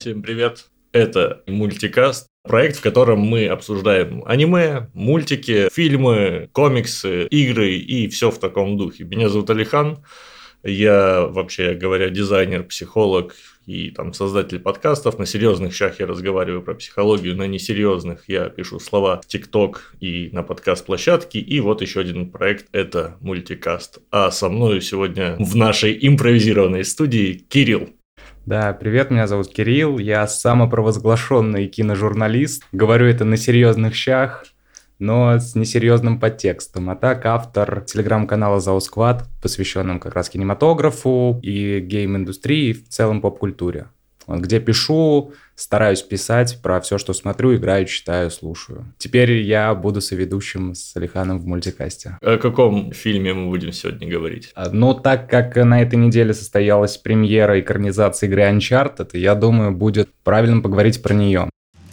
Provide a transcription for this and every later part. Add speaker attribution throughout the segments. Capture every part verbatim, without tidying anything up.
Speaker 1: Всем привет! Это Мультикаст, проект, в котором мы обсуждаем аниме, мультики, фильмы, комиксы, игры и все в таком духе. Меня зовут Алихан, я, вообще говоря, дизайнер, психолог и там, создатель подкастов. На серьезных щах я разговариваю про психологию, на несерьезных я пишу слова в ТикТок и на подкаст-площадке. И вот еще один проект – это Мультикаст. А со мной сегодня в нашей импровизированной студии Кирилл.
Speaker 2: Да, привет, меня зовут Кирилл, я самопровозглашенный киножурналист. Говорю это на серьезных щах, но с несерьезным подтекстом. А так автор телеграм-канала Заусквад, посвященным как раз кинематографу и гейм-индустрии, и в целом поп-культуре. Вот, где пишу, стараюсь писать про все, что смотрю, играю, читаю, слушаю. Теперь я буду соведущим с Алиханом в Мультикасте.
Speaker 1: О каком фильме мы будем сегодня говорить?
Speaker 2: Ну, так как на этой неделе состоялась премьера экранизации игры Uncharted, я думаю, будет правильно поговорить про нее.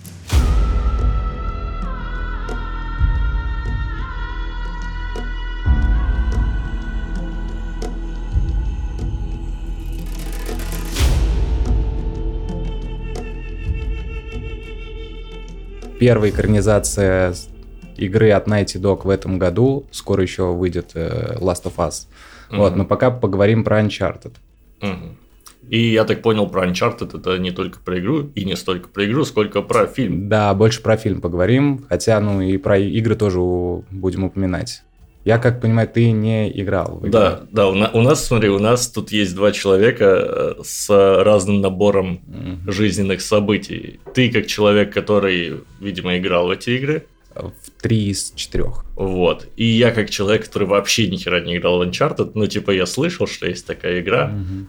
Speaker 2: Первая экранизация игры от Naughty Dog в этом году. Скоро еще выйдет Last of Us. Mm-hmm. Вот, но пока поговорим про Uncharted.
Speaker 1: Mm-hmm. И я так понял, про Uncharted это не только про игру, и не столько про игру, сколько про фильм.
Speaker 2: Да, больше про фильм поговорим. Хотя, ну, и про игры тоже будем упоминать. Я, как понимаю, ты не играл в игру.
Speaker 1: Да, да, у нас, у нас, смотри, у нас тут есть два человека с разным набором mm-hmm. жизненных событий. Ты как человек, который, видимо, играл в эти игры.
Speaker 2: В три из четырех.
Speaker 1: Вот. И я как человек, который вообще ни хера не играл в Uncharted, ну, типа, я слышал, что есть такая игра. Mm-hmm.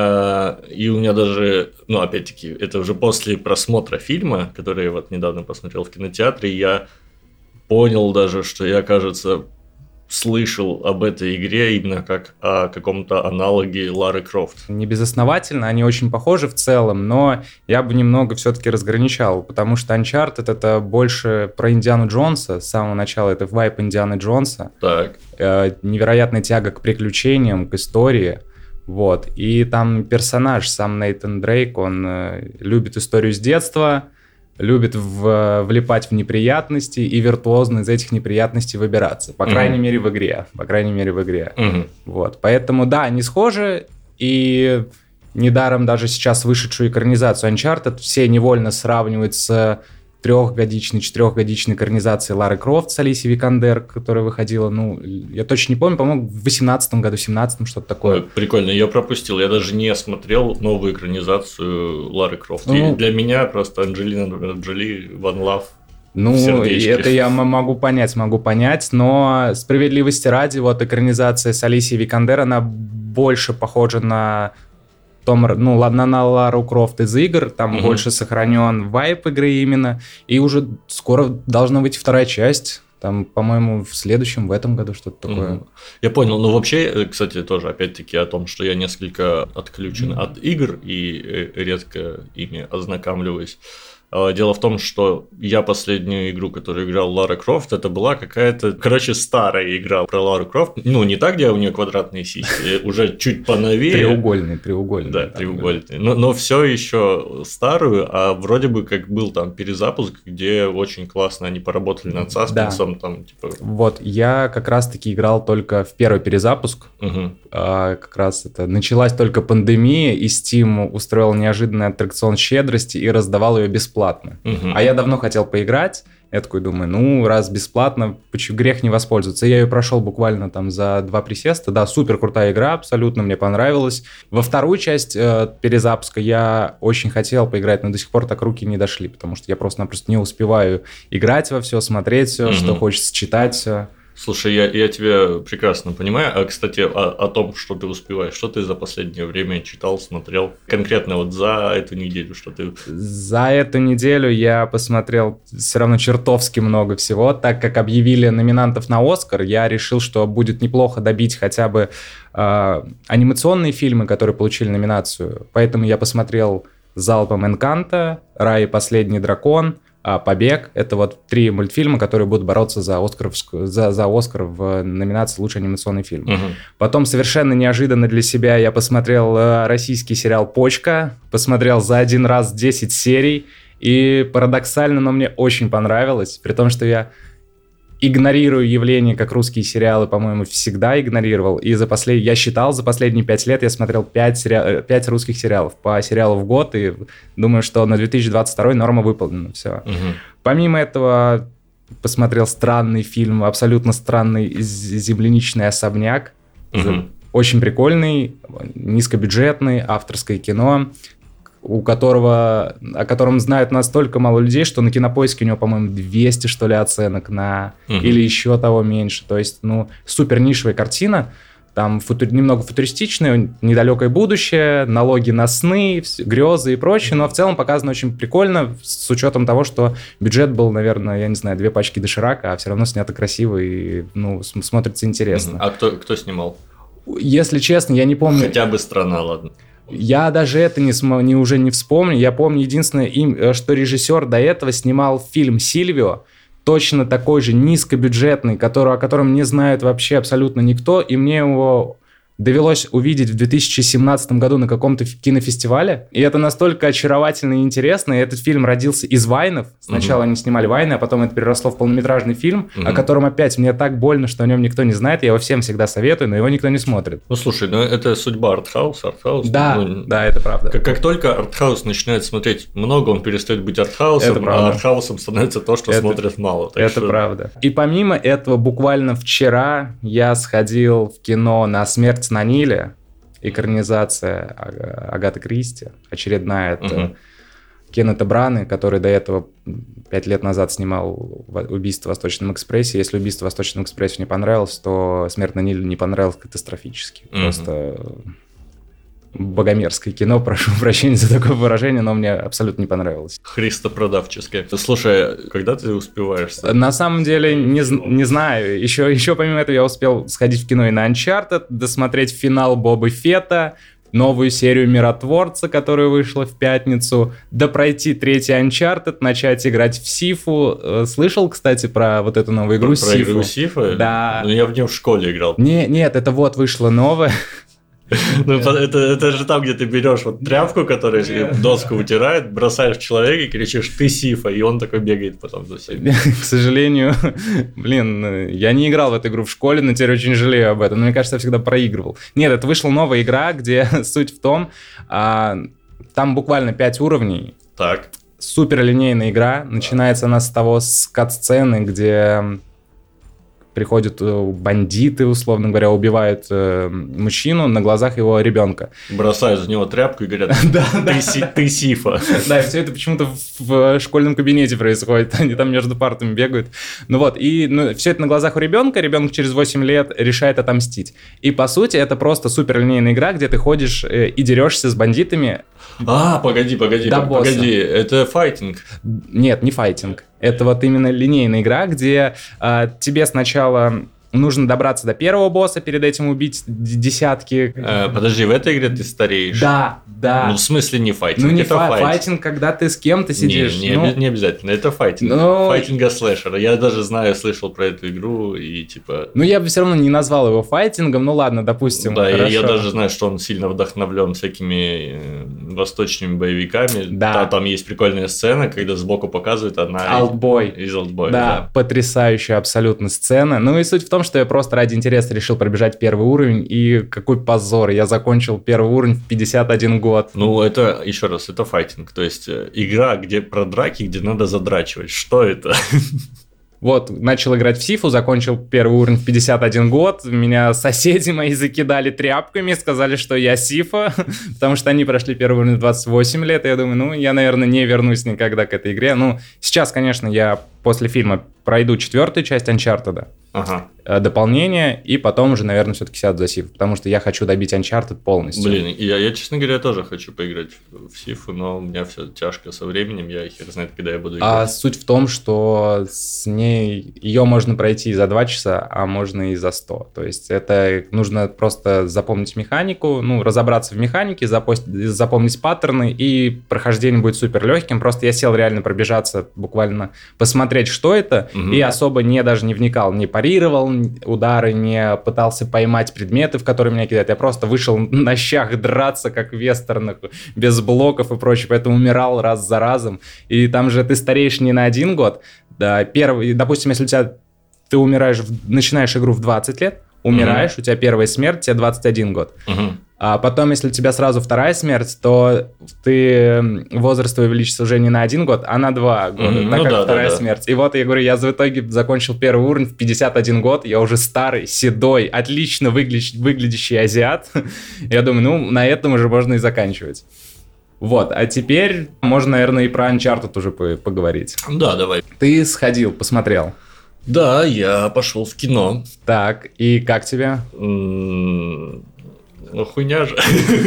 Speaker 1: А, и у меня даже, ну, опять-таки, это уже после просмотра фильма, который я вот недавно посмотрел в кинотеатре, я понял даже, что я, кажется, слышал об этой игре именно как о каком-то аналоге Лары Крофт.
Speaker 2: Не безосновательно, они очень похожи в целом, но я бы немного все-таки разграничал, потому что Uncharted — это больше про Индиану Джонса, с самого начала это вайб Индианы Джонса.
Speaker 1: Так.
Speaker 2: Э, невероятная тяга к приключениям, к истории. Вот. И там персонаж, сам Нейтан Дрейк, он э, любит историю с детства, любит в, влипать в неприятности и виртуозно из этих неприятностей выбираться. По mm-hmm. крайней мере, в игре. По крайней мере, в игре. Mm-hmm. Вот. Поэтому, да, они схожи. И недаром даже сейчас вышедшую экранизацию Uncharted все невольно сравнивают с трехгодичной, четырехгодичной экранизацией Лары Крофт с Алисией Викандер, которая выходила, ну, я точно не помню, по-моему, в восемнадцатом году, в семнадцатом, что-то такое.
Speaker 1: Прикольно, я пропустил, я даже не смотрел новую экранизацию Лары Крофт. Ну, и для меня просто Анджелина Джоли, One Love.
Speaker 2: Ну, это я могу понять, могу понять, но справедливости ради, вот экранизация с Алисией Викандер, она больше похожа на Том, ну, ладно, на Лару Крофт из игр, там угу. больше сохранен вайб игры именно, и уже скоро должна выйти вторая часть, там, по-моему, в следующем, в этом году что-то такое.
Speaker 1: Угу. Я понял, но вообще, кстати, тоже опять-таки о том, что я несколько отключен угу. от игр и редко ими ознакомливаюсь. Дело в том, что я последнюю игру, которую играл Лара Крофт, это была какая-то, короче, старая игра про Лару Крофт. Ну, не так, где у нее квадратные сиськи, уже чуть поновее.
Speaker 2: Треугольный, треугольный.
Speaker 1: Да, треугольный. Но, но все еще старую, а вроде бы как был там перезапуск, где очень классно они поработали над саспенсом. Да. Там, типа...
Speaker 2: Вот, я как раз-таки играл только в первый перезапуск. Угу. А, как раз это началась только пандемия, и Steam устроил неожиданный аттракцион щедрости и раздавал ее бесплатно. Платно. Uh-huh. А я давно хотел поиграть. Я такой думаю, ну, раз бесплатно, почему грех не воспользоваться? Я ее прошел буквально там за два присеста. Да, супер крутая игра, абсолютно мне понравилась. Во вторую часть э, перезапуска я очень хотел поиграть, но до сих пор так руки не дошли, потому что я просто-напросто не успеваю играть во все, смотреть все, uh-huh. что хочется читать все.
Speaker 1: Слушай, я, я тебя прекрасно понимаю. А, кстати, о, о том, что ты успеваешь, что ты за последнее время читал, смотрел? Конкретно вот за эту неделю, что ты...
Speaker 2: За эту неделю я посмотрел все равно чертовски много всего. Так как объявили номинантов на Оскар, я решил, что будет неплохо добить хотя бы э, анимационные фильмы, которые получили номинацию. Поэтому я посмотрел залпом «Энканто», «Рай и последний дракон», «Побег». Это вот три мультфильма, которые будут бороться за, Оскаровскую, за, за Оскар в номинации «Лучший анимационный фильм».
Speaker 1: Угу.
Speaker 2: Потом совершенно неожиданно для себя я посмотрел российский сериал «Почка», посмотрел за один раз десять серий, и парадоксально, но мне очень понравилось, при том, что я игнорирую явление, как русские сериалы, по-моему, всегда игнорировал. И за послед... я считал, за последние пять лет я смотрел пять, сери... пять русских сериалов по сериалу в год, и думаю, что на две тысячи двадцать второй норма выполнена. Все. Угу. Помимо этого, посмотрел странный фильм, абсолютно странный «Земляничный особняк». Угу. Очень прикольный, низкобюджетный, авторское кино, у которого, о котором знают настолько мало людей, что на Кинопоиске у него, по-моему, двести, что ли, оценок на... Uh-huh. Или еще того меньше. То есть, ну, супер нишевая картина. Там футур... немного футуристичная, недалекое будущее, налоги на сны, грезы и прочее. Но в целом показано очень прикольно, с учетом того, что бюджет был, наверное, я не знаю, две пачки доширака, а все равно снято красиво и, ну, смотрится интересно.
Speaker 1: Uh-huh. А кто, кто снимал?
Speaker 2: Если честно, я не помню.
Speaker 1: Хотя бы страна, ладно.
Speaker 2: Я даже это не, см... не уже не вспомню. Я помню единственное, им, что режиссер до этого снимал фильм «Сильвио», точно такой же низкобюджетный, который, о котором не знает вообще абсолютно никто, и мне его довелось увидеть в две тысячи семнадцатом году на каком-то кинофестивале, и это настолько очаровательно и интересно, и этот фильм родился из вайнов. Сначала угу. они снимали вайны, а потом это переросло в полнометражный фильм, угу. о котором опять мне так больно, что о нем никто не знает, я его всем всегда советую, но его никто не смотрит.
Speaker 1: Ну слушай, ну это судьба артхауса, артхаус.
Speaker 2: Да,
Speaker 1: ну,
Speaker 2: да, это правда.
Speaker 1: Как, как только артхаус начинает смотреть много, он перестает быть артхаусом, а артхаусом становится то, что это, смотрят мало.
Speaker 2: Это
Speaker 1: что...
Speaker 2: правда. И помимо этого, буквально вчера я сходил в кино на «Смерть на Ниле», экранизация Агаты Кристи, очередная от угу. Кеннета Браны, который до этого пять лет назад снимал «Убийство в Восточном экспрессе». Если «Убийство в Восточном экспрессе» не понравилось, то «Смерть на Ниле» не понравилось катастрофически. Угу. Просто богомерзкое кино, прошу прощения за такое выражение, но мне абсолютно не понравилось.
Speaker 1: Христопродавческое. Слушай, когда ты успеваешь?
Speaker 2: На самом деле, не, не знаю. Еще, еще помимо этого я успел сходить в кино и на Uncharted, досмотреть финал Боба Фетта, новую серию Миротворца, которая вышла в пятницу, допройти третий Uncharted, начать играть в Сифу. Слышал, кстати, про вот эту новую игру
Speaker 1: про,
Speaker 2: Сифу?
Speaker 1: Про игру Сифу?
Speaker 2: Да.
Speaker 1: Ну, я в нее в школе играл.
Speaker 2: Не, нет, это вот вышла новая.
Speaker 1: Ну, это, это же там, где ты берешь вот тряпку, которая доску вытирает, бросаешь в человека и кричишь «ты Сифа», и он такой бегает потом за всеми.
Speaker 2: К сожалению, блин, я не играл в эту игру в школе, но теперь очень жалею об этом. Но мне кажется, я всегда проигрывал. Нет, это вышла новая игра, где суть в том, а, там буквально пять уровней.
Speaker 1: Так.
Speaker 2: Суперлинейная игра. Начинается она с того, с кат-сцены, где... приходят бандиты, условно говоря, убивают э, мужчину на глазах его ребенка.
Speaker 1: Бросают в него тряпку и говорят, ты Сифа.
Speaker 2: Да, и все это почему-то в школьном кабинете происходит, они там между партами бегают. Ну вот, и ну, все это на глазах у ребенка, ребенок через восемь лет решает отомстить. И по сути это просто суперлинейная игра, где ты ходишь э, и дерешься с бандитами.
Speaker 1: А, погоди, погоди, погоди, это файтинг.
Speaker 2: Нет, не файтинг. Это вот именно линейная игра, где э, тебе сначала нужно добраться до первого босса, перед этим убить десятки.
Speaker 1: Э, подожди, в этой игре ты стареешь?
Speaker 2: Да, да.
Speaker 1: Ну, в смысле не файтинг,
Speaker 2: ну, не
Speaker 1: это
Speaker 2: фа-
Speaker 1: файтинг.
Speaker 2: файтинг, когда ты с кем-то сидишь.
Speaker 1: Не, не,
Speaker 2: ну...
Speaker 1: не обязательно, это файтинг.
Speaker 2: Но...
Speaker 1: Файтинга слэшера. Я даже знаю, слышал про эту игру и типа...
Speaker 2: Ну, я бы все равно не назвал его файтингом, ну ладно, допустим.
Speaker 1: Да, я, я даже знаю, что он сильно вдохновлен всякими э, восточными боевиками.
Speaker 2: Да.
Speaker 1: Та, там есть прикольная сцена, когда сбоку показывает одна
Speaker 2: Олдбой.
Speaker 1: из Олдбоя.
Speaker 2: Да,
Speaker 1: Да,
Speaker 2: потрясающая абсолютно сцена. Ну и суть в том, что я просто ради интереса решил пробежать первый уровень, и какой позор, я закончил первый уровень в пятьдесят один год.
Speaker 1: Ну, это, еще раз, это файтинг, то есть игра, где про драки, где надо задрачивать. Что это?
Speaker 2: Вот, начал играть в Сифу, закончил первый уровень в пятьдесят один год, меня соседи мои закидали тряпками, сказали, что я Сифа, потому что они прошли первый уровень в двадцать восемь лет, и я думаю, ну, я, наверное, не вернусь никогда к этой игре. Ну, сейчас, конечно, я после фильма пройду четвертую часть Uncharted.
Speaker 1: Ага.
Speaker 2: дополнение, и потом уже, наверное, все-таки сяду за Сифу, потому что я хочу добить Uncharted полностью.
Speaker 1: Блин, я, я, честно говоря, тоже хочу поиграть в Сифу, но у меня все тяжко со временем, я хер знает, когда я буду играть.
Speaker 2: А суть в том, что с ней ее можно пройти и за два часа, а можно и за сто. То есть это нужно просто запомнить механику, ну, разобраться в механике, запост... запомнить паттерны, и прохождение будет супер легким. Просто я сел реально пробежаться, буквально посмотреть, что это, угу. и особо не даже не вникал, не парировал удары, не пытался поймать предметы, в которые меня кидают. Я просто вышел на щах драться, как в вестернах, без блоков и прочее, поэтому умирал раз за разом. И там же ты стареешь не на один год. Да, первый, допустим, если у тебя ты умираешь, начинаешь игру в двадцать лет, умираешь, uh-huh. у тебя первая смерть, тебе двадцать один год. Uh-huh. А потом, если у тебя сразу вторая смерть, то ты возраст увеличится уже не на один год, а на два года, mm-hmm. так ну, как да, вторая да, смерть. Да. И вот я говорю, я в итоге закончил первый уровень в пятьдесят один год, я уже старый, седой, отлично выглядящий, выглядящий азиат. Я думаю, ну, на этом уже можно и заканчивать. Вот, а теперь можно, наверное, и про Uncharted уже поговорить.
Speaker 1: Да, давай.
Speaker 2: Ты сходил, посмотрел?
Speaker 1: Да, я пошел в кино.
Speaker 2: Так, и как тебе?
Speaker 1: Mm-hmm. Ну, хуйня же.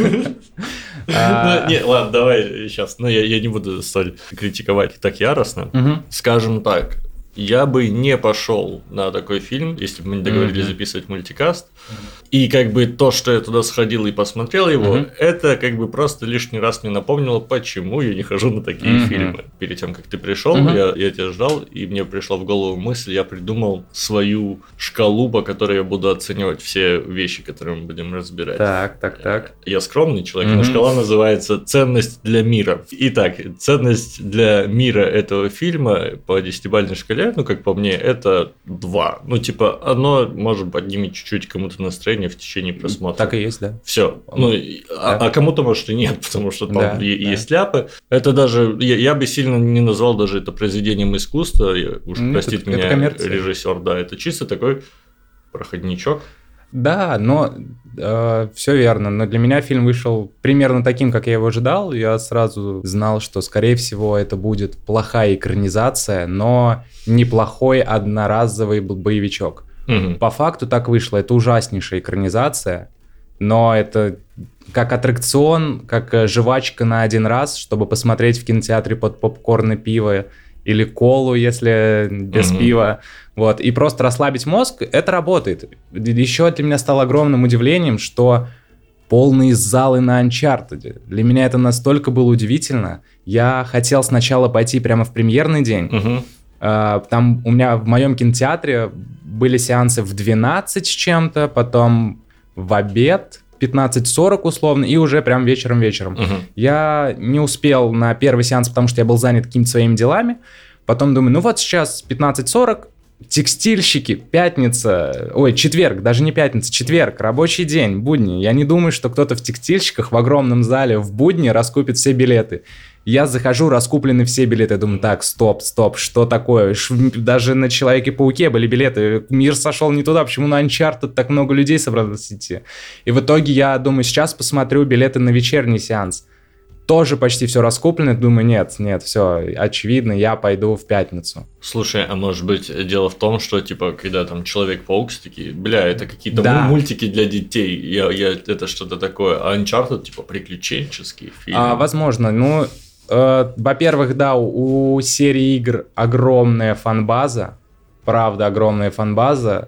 Speaker 1: Ну, не, ладно, давай сейчас. Ну, я не буду столь критиковать так яростно. Скажем так, я бы не пошел на такой фильм, если бы мы не договорились записывать мультикаст. И как бы то, что я туда сходил и посмотрел его, mm-hmm. это как бы просто лишний раз мне напомнило, почему я не хожу на такие mm-hmm. фильмы. Перед тем, как ты пришел, mm-hmm. я, я тебя ждал, и мне пришла в голову мысль, я придумал свою шкалу, по которой я буду оценивать все вещи, которые мы будем разбирать.
Speaker 2: Так, так, так.
Speaker 1: Я скромный человек, mm-hmm. но шкала называется «Ценность для мира». Итак, ценность для мира этого фильма по десятибалльной шкале, ну, как по мне, это два. Ну, типа, оно может поднимет чуть-чуть кому-то настроение в течение просмотра.
Speaker 2: Так и есть, да.
Speaker 1: Все. Ну, да. а, а кому-то, может, и нет, потому что там да, и, да. есть ляпы. Это даже, я, я бы сильно не назвал даже это произведением искусства, я, уж ну, простит это, меня это режиссер, да, это чисто такой проходничок.
Speaker 2: Да, но э, все верно. Но для меня фильм вышел примерно таким, как я его ожидал. Я сразу знал, что, скорее всего, это будет плохая экранизация, но неплохой одноразовый боевичок. Угу. По факту так вышло. Это ужаснейшая экранизация, но это как аттракцион, как жвачка на один раз, чтобы посмотреть в кинотеатре под попкорн и пиво или колу, если без угу. пива. Вот. И просто расслабить мозг, это работает. Еще для меня стало огромным удивлением, что полные залы на Uncharted. Для меня это настолько было удивительно. Я хотел сначала пойти прямо в премьерный день. Угу. Там у меня в моем кинотеатре были сеансы в двенадцать с чем-то, потом в обед, пятнадцать сорок условно, и уже прям вечером-вечером. Uh-huh. Я не успел на первый сеанс, потому что я был занят какими-то своими делами. Потом думаю, ну вот сейчас пятнадцать сорок, текстильщики, пятница, ой, четверг, даже не пятница, четверг, рабочий день, будни. Я не думаю, что кто-то в текстильщиках в огромном зале в будни раскупит все билеты. Я захожу, раскуплены все билеты. Я думаю, так, стоп, стоп, что такое? Даже на Человеке-пауке были билеты. Мир сошел не туда. Почему на Uncharted так много людей собралось идти? И в итоге я думаю, сейчас посмотрю билеты на вечерний сеанс. Тоже почти все раскуплено. Думаю, нет, нет, все, очевидно, я пойду в пятницу.
Speaker 1: Слушай, а может быть дело в том, что типа, когда там Человек-паук, такие, бля, это какие-то да. мультики для детей, я, я, это что-то такое, а Uncharted типа приключенческие фильмы.
Speaker 2: А, возможно, ну... Во-первых, да, у серии игр огромная фан-база, правда, огромная фан-база.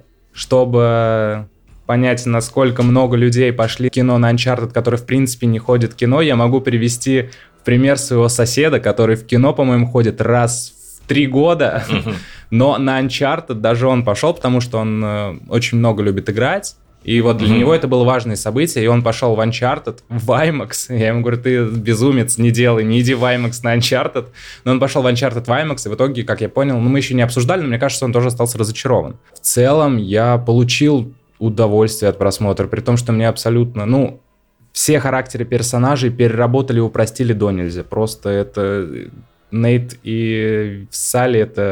Speaker 2: Чтобы понять, насколько много людей пошли в кино на Uncharted, который, в принципе, не ходит в кино, я могу привести в пример своего соседа, который в кино, по-моему, ходит раз в три года, uh-huh. но на Uncharted даже он пошел, потому что он очень много любит играть. И вот для mm-hmm. него это было важное событие, и он пошел в Uncharted, в IMAX. Я ему говорю, ты безумец, не делай, не иди в IMAX на Uncharted. Но он пошел в Uncharted в IMAX, и в итоге, как я понял, ну мы еще не обсуждали, но мне кажется, он тоже остался разочарован. В целом, я получил удовольствие от просмотра, при том, что мне абсолютно, ну, все характеры персонажей переработали и упростили до нельзя. Просто это Нейт и Салли — это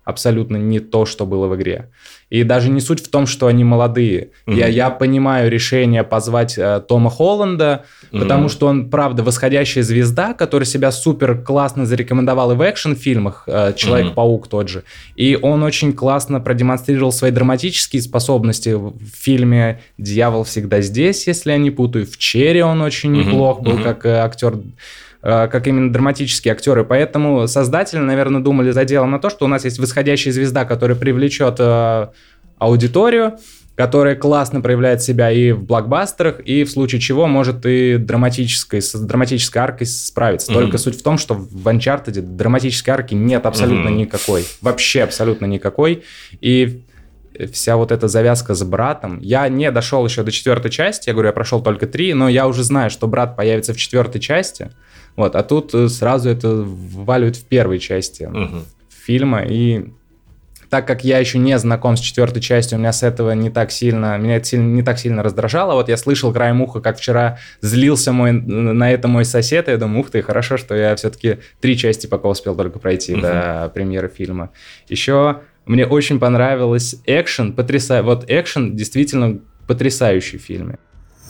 Speaker 2: абсолютно не то, что было в игре. И даже не суть в том, что они молодые. Mm-hmm. Я, я понимаю решение позвать э, Тома Холланда, mm-hmm. потому что он, правда, восходящая звезда, который себя супер классно зарекомендовал и в экшн-фильмах, э, Человек-паук mm-hmm. тот же. И он очень классно продемонстрировал свои драматические способности в фильме «Дьявол всегда здесь», если я не путаю. В «Черри» он очень mm-hmm. неплох был mm-hmm. как э, актер, как именно драматические актеры. Поэтому создатели, наверное, думали за делом на то, что у нас есть восходящая звезда, которая привлечет э, аудиторию, которая классно проявляет себя и в блокбастерах, и в случае чего может и драматической, с драматической аркой справиться. Mm-hmm. Только суть в том, что в Uncharted драматической арки нет абсолютно mm-hmm. никакой. Вообще абсолютно никакой. И вся вот эта завязка с братом. Я не дошел еще до четвертой части, я говорю, я прошел только три, но я уже знаю, что брат появится в четвертой части. Вот, а тут сразу это вваливают в первой части uh-huh. фильма. И так как я еще не знаком с четвертой частью, у меня с этого не так сильно, меня это сильно, не так сильно раздражало. Вот я слышал краем уха, как вчера злился мой, на это мой сосед, и я думаю, ух ты, хорошо, что я все-таки три части пока успел только пройти uh-huh. до премьеры фильма. Еще мне очень понравилось экшен, потрясающий. Вот экшен действительно потрясающий в фильме.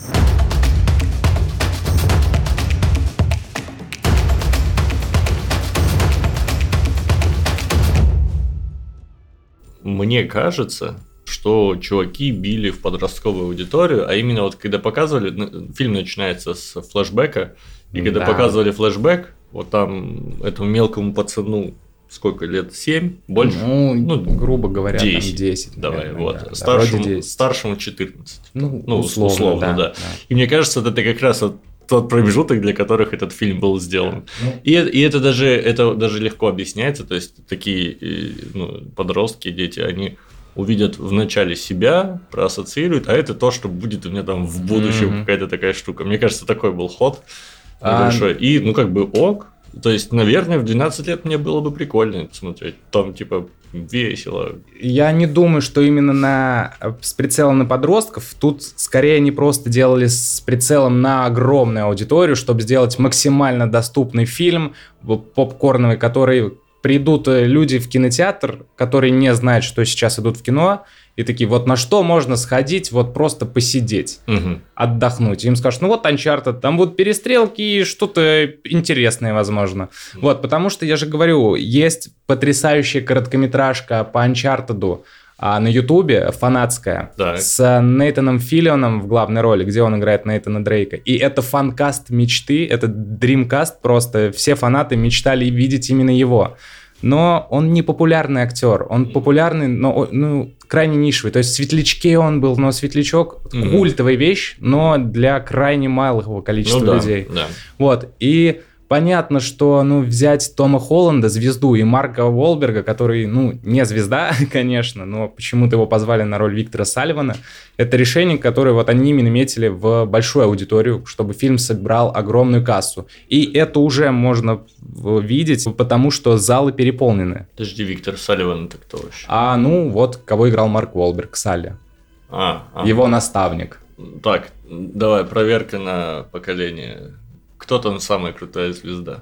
Speaker 1: Мне кажется, что чуваки били в подростковую аудиторию, а именно вот когда показывали, фильм начинается с флешбека, и когда да. показывали флешбэк, вот там этому мелкому пацану сколько лет? семь? Больше?
Speaker 2: Ну, ну грубо говоря, десять. Там десять.
Speaker 1: Давай,
Speaker 2: наверное,
Speaker 1: вот.
Speaker 2: Да,
Speaker 1: старшему,
Speaker 2: да,
Speaker 1: старшему четырнадцать.
Speaker 2: Ну,
Speaker 1: ну условно, условно да, да. да. И мне кажется, это как раз вот тот промежуток, для которых этот фильм был сделан. Ну, и, и это даже, это даже легко объясняется. То есть, такие ну, подростки, дети, они увидят в начале себя, проассоциируют, а это то, что будет у меня там в будущем mm-hmm. какая-то такая штука. Мне кажется, такой был ход а... большой. И, ну, как бы ок. То есть, наверное, в двенадцать лет мне было бы прикольно смотреть. Там, типа, весело.
Speaker 2: Я не думаю, что именно на, с прицелом на подростков. Тут скорее они просто делали с прицелом на огромную аудиторию, чтобы сделать максимально доступный фильм, попкорновый, который придут люди в кинотеатр, которые не знают, что сейчас идут в кино, и такие, вот на что можно сходить, вот просто посидеть, угу. отдохнуть. Им скажут, ну вот Uncharted, там будут перестрелки и что-то интересное, возможно. Угу. Вот, потому что, я же говорю, есть потрясающая короткометражка по Uncharted а, на Ютубе, фанатская, так. с Нейтаном Филлионом в главной роли, где он играет Нейтана Дрейка. И это фанкаст мечты, это дримкаст просто, все фанаты мечтали видеть именно его. Но он не популярный актер, он популярный, но ну, крайне нишевый. То есть в «Светлячке» он был, но «Светлячок» mm-hmm. культовая вещь, но для крайне малого количества ну, людей. Да, да. Вот, и понятно, что ну, взять Тома Холланда, звезду, и Марка Уолберга, который, ну, не звезда, конечно, но почему-то его позвали на роль Виктора Салливана, это решение, которое вот они именно метили в большую аудиторию, чтобы фильм собрал огромную кассу. И это уже можно видеть, потому что залы переполнены.
Speaker 1: Подожди, Виктор Салливан, это кто вообще?
Speaker 2: А, ну, вот кого играл Марк Уолберг, Салли.
Speaker 1: А, а.
Speaker 2: Его наставник.
Speaker 1: Так, давай, проверка на поколение. Кто там самая крутая звезда?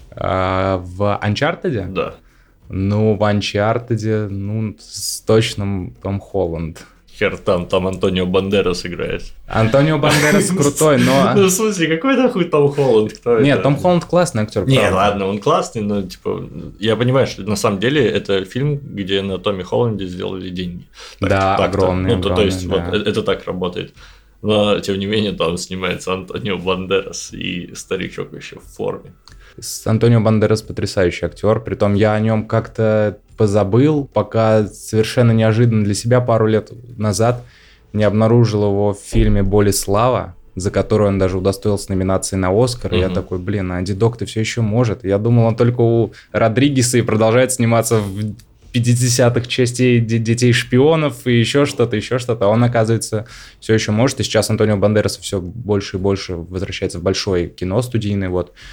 Speaker 2: А, в Uncharted?
Speaker 1: Да.
Speaker 2: Ну, в Uncharted, ну, точно Том Холланд.
Speaker 1: Хер там, там Антонио Бандерас играет.
Speaker 2: Антонио Бандерас крутой, но...
Speaker 1: Ну, в смысле, какой нахуй Том Холланд? Кто
Speaker 2: Нет,
Speaker 1: это?
Speaker 2: Том Холланд классный актер.
Speaker 1: Не, ладно, он классный, но, типа, я понимаю, что на самом деле это фильм, где на Томе Холланде сделали деньги.
Speaker 2: Так, да, огромные,
Speaker 1: ну, то, то есть, да. вот, это так работает. Но, тем не менее, там снимается Антонио Бандерас и старичок еще в форме.
Speaker 2: Антонио Бандерас потрясающий актер, притом я о нем как-то позабыл, пока совершенно неожиданно для себя пару лет назад не обнаружил его в фильме «Боль и слава», за которую он даже удостоился номинации на Оскар. Uh-huh. И я такой, блин, а дедок-то все еще может. Я думал, он только у Родригеса и продолжает сниматься в пятидесятых частей «Детей шпионов» и еще что-то, еще что-то. А он, оказывается, все еще может. И сейчас Антонио Бандерас все больше и больше возвращается в большое кино студийное. Вот.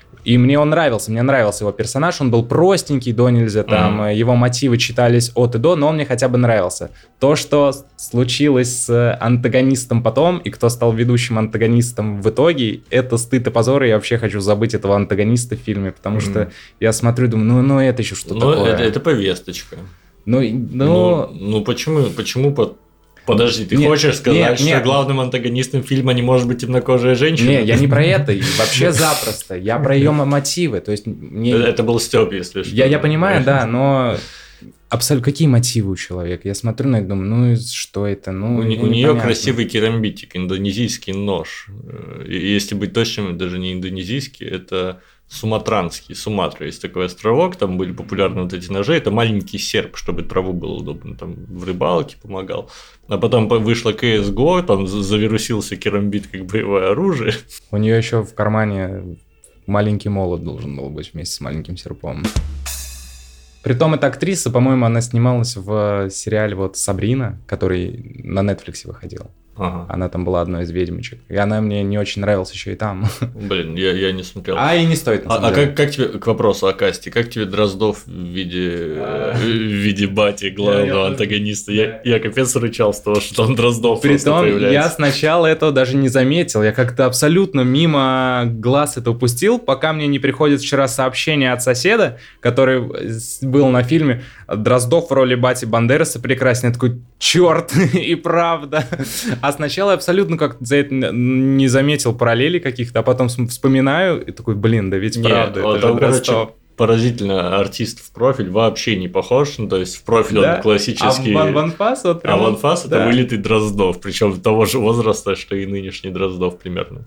Speaker 2: И мне он нравился, мне нравился его персонаж, он был простенький до нельзя, там, mm-hmm. его мотивы читались от и до, но он мне хотя бы нравился. То, что случилось с антагонистом потом, и кто стал ведущим антагонистом в итоге, это стыд и позор, и я вообще хочу забыть этого антагониста в фильме, потому mm-hmm. что я смотрю и думаю, ну, ну это еще что
Speaker 1: ну,
Speaker 2: такое?
Speaker 1: Это, это повесточка.
Speaker 2: Ну, ну...
Speaker 1: ну, ну почему, почему по... Подожди, ты нет, хочешь сказать, нет, что нет. главным антагонистом фильма не может быть темнокожая женщина?
Speaker 2: Нет, я не про это, вообще запросто. Я про ее мотивы. То есть мне...
Speaker 1: Это был стёб, если что.
Speaker 2: Я, я понимаю, да, но абсолютно какие мотивы у человека? Я смотрю на это и думаю, ну что это? Ну,
Speaker 1: у, у нее красивый керамбитик, индонезийский нож. Если быть точным, даже не индонезийский, это... Суматранский, Суматра, есть такой островок, там были популярны вот эти ножи, это маленький серп, чтобы траву было удобно, там в рыбалке помогал, а потом вышло си эс го, там завирусился керамбит как боевое оружие.
Speaker 2: У нее еще в кармане маленький молот должен был быть вместе с маленьким серпом. Притом эта актриса, по-моему, она снималась в сериале вот «Сабрина», который на Netflix выходил. Ага. Она там была одной из ведьмочек. И она мне не очень нравилась еще и там.
Speaker 1: Блин, я, я не смотрел.
Speaker 2: А и не стоит.
Speaker 1: А, а как, как тебе, к вопросу о касте, как тебе Дроздов в виде, в виде бати главного антагониста? Я, я капец рычал с того, что там Дроздов
Speaker 2: Притом я сначала этого даже не заметил. Я как-то абсолютно мимо глаз это упустил, пока мне не приходит вчера сообщение от соседа, который был на фильме. Дроздов в роли бати Бандераса прекрасен. Я такой, черт, и правда. А сначала я абсолютно как-то за это не заметил параллелей каких-то, а потом вспоминаю и такой, блин, да ведь Нет, правда,
Speaker 1: это же Дростов. Поразительно, артист в профиль вообще не похож, ну, то есть в профиль да? он классический.
Speaker 2: А Ван-Фас вот прям...
Speaker 1: А Ван-Фас да. это вылитый Дроздов, причем того же возраста, что и нынешний Дроздов примерно.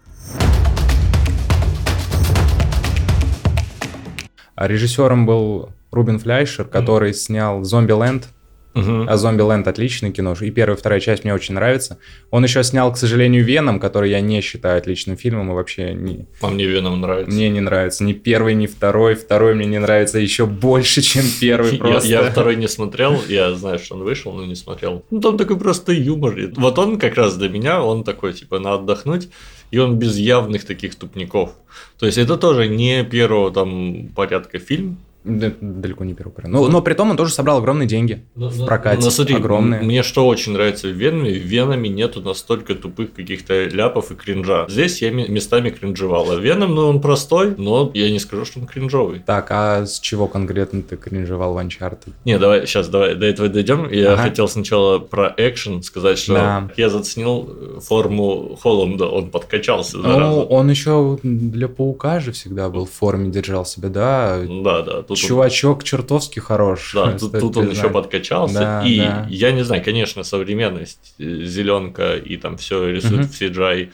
Speaker 2: А режиссером был Рубен Фляйшер, который mm. снял «Зомбиленд». Uh-huh. А «Зомбиленд» отличное кино, и первая и вторая часть мне очень нравится. Он еще снял, к сожалению, «Веном», который я не считаю отличным фильмом, и вообще не...
Speaker 1: А мне «Веном» нравится.
Speaker 2: Мне не нравится ни первый, ни второй. Второй мне не нравится еще больше, чем первый просто.
Speaker 1: Я, я второй не смотрел, я знаю, что он вышел, но не смотрел. Ну, там такой просто юмор. Вот он как раз для меня, он такой, типа, на отдохнуть, и он без явных таких тупников. То есть, это тоже не первого там порядка фильм.
Speaker 2: Далеко не первый. Но, но при том он тоже собрал огромные деньги но, в прокате.
Speaker 1: Но смотри,
Speaker 2: огромные.
Speaker 1: Мне что очень нравится в Веноме, в Веноме нету настолько тупых каких-то ляпов и кринжа. Здесь я местами кринжевал. А Веном, ну он простой, но я не скажу, что он кринжовый.
Speaker 2: Так, а с чего конкретно ты кринжевал в Uncharted?
Speaker 1: Не, давай, сейчас давай до этого дойдем. Я ага. хотел сначала про экшен сказать, что да. я заценил форму Холланда, он подкачался.
Speaker 2: Ну, зараза. Он еще для Паука же всегда был в форме, держал себя, да?
Speaker 1: Да, да.
Speaker 2: Чувачок он... чертовски хорош.
Speaker 1: Да, тут, тут он еще подкачался. Да, и да. я не знаю, конечно, современность, зеленка и там все рисуют uh-huh. в си джи ай.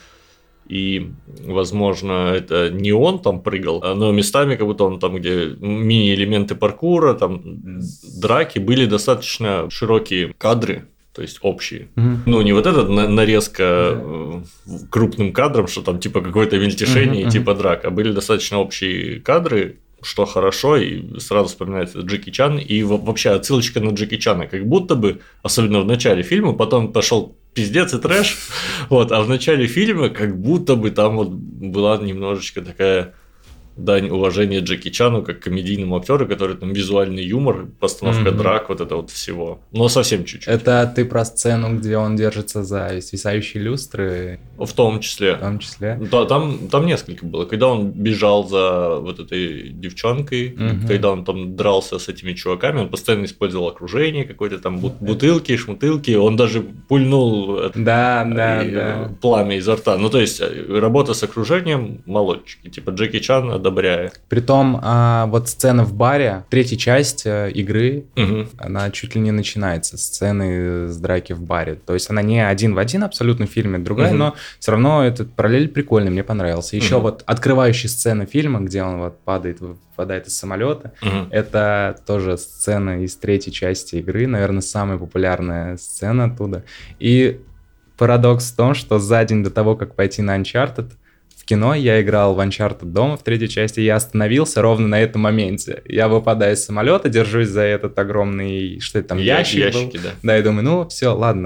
Speaker 1: И, возможно, это не он там прыгал, но местами, как будто он там, где мини-элементы паркура, там драки, были достаточно широкие кадры. То есть общие. Mm-hmm. Ну, не вот эта нарезка yeah. крупным кадром, что там типа какое-то мельтешение, mm-hmm. типа драк, а были достаточно общие кадры, что хорошо, и сразу вспоминается Джеки Чан, и вообще отсылочка на Джеки Чана, как будто бы, особенно в начале фильма, потом пошел пиздец и трэш, вот, а в начале фильма как будто бы там вот была немножечко такая дань уважения Джеки Чану как комедийному актеру, который там визуальный юмор, постановка mm-hmm. драк, вот это вот всего. Но совсем чуть-чуть.
Speaker 2: Это ты про сцену, где он держится за свисающие люстры?
Speaker 1: В том числе.
Speaker 2: В том числе.
Speaker 1: Да, там, там несколько было. Когда он бежал за вот этой девчонкой, mm-hmm. когда он там дрался с этими чуваками, он постоянно использовал окружение, какое-то там бутылки, шмутылки, он даже пульнул
Speaker 2: да, да, да.
Speaker 1: пламя изо рта. Ну, то есть, работа с окружением молодчики. Типа Джеки Чан одобряет.
Speaker 2: Притом, а, вот сцена в баре, третья часть а, игры,
Speaker 1: угу.
Speaker 2: она чуть ли не начинается с сцены с драки в баре. То есть она не один в один абсолютно в фильме, другая, угу. но все равно этот параллель прикольный, мне понравился. Еще угу. вот открывающая сцена фильма, где он вот падает, выпадает из самолета, угу. это тоже сцена из третьей части игры, наверное, самая популярная сцена оттуда. И парадокс в том, что за день до того, как пойти на Uncharted, кино, я играл в Uncharted дома в третьей части, и я остановился ровно на этом моменте. Я выпадаю из самолета, держусь за этот огромный, что это там,
Speaker 1: Я-
Speaker 2: ящик
Speaker 1: ящики,
Speaker 2: был.
Speaker 1: да.
Speaker 2: Да, и думаю, ну, все, ладно,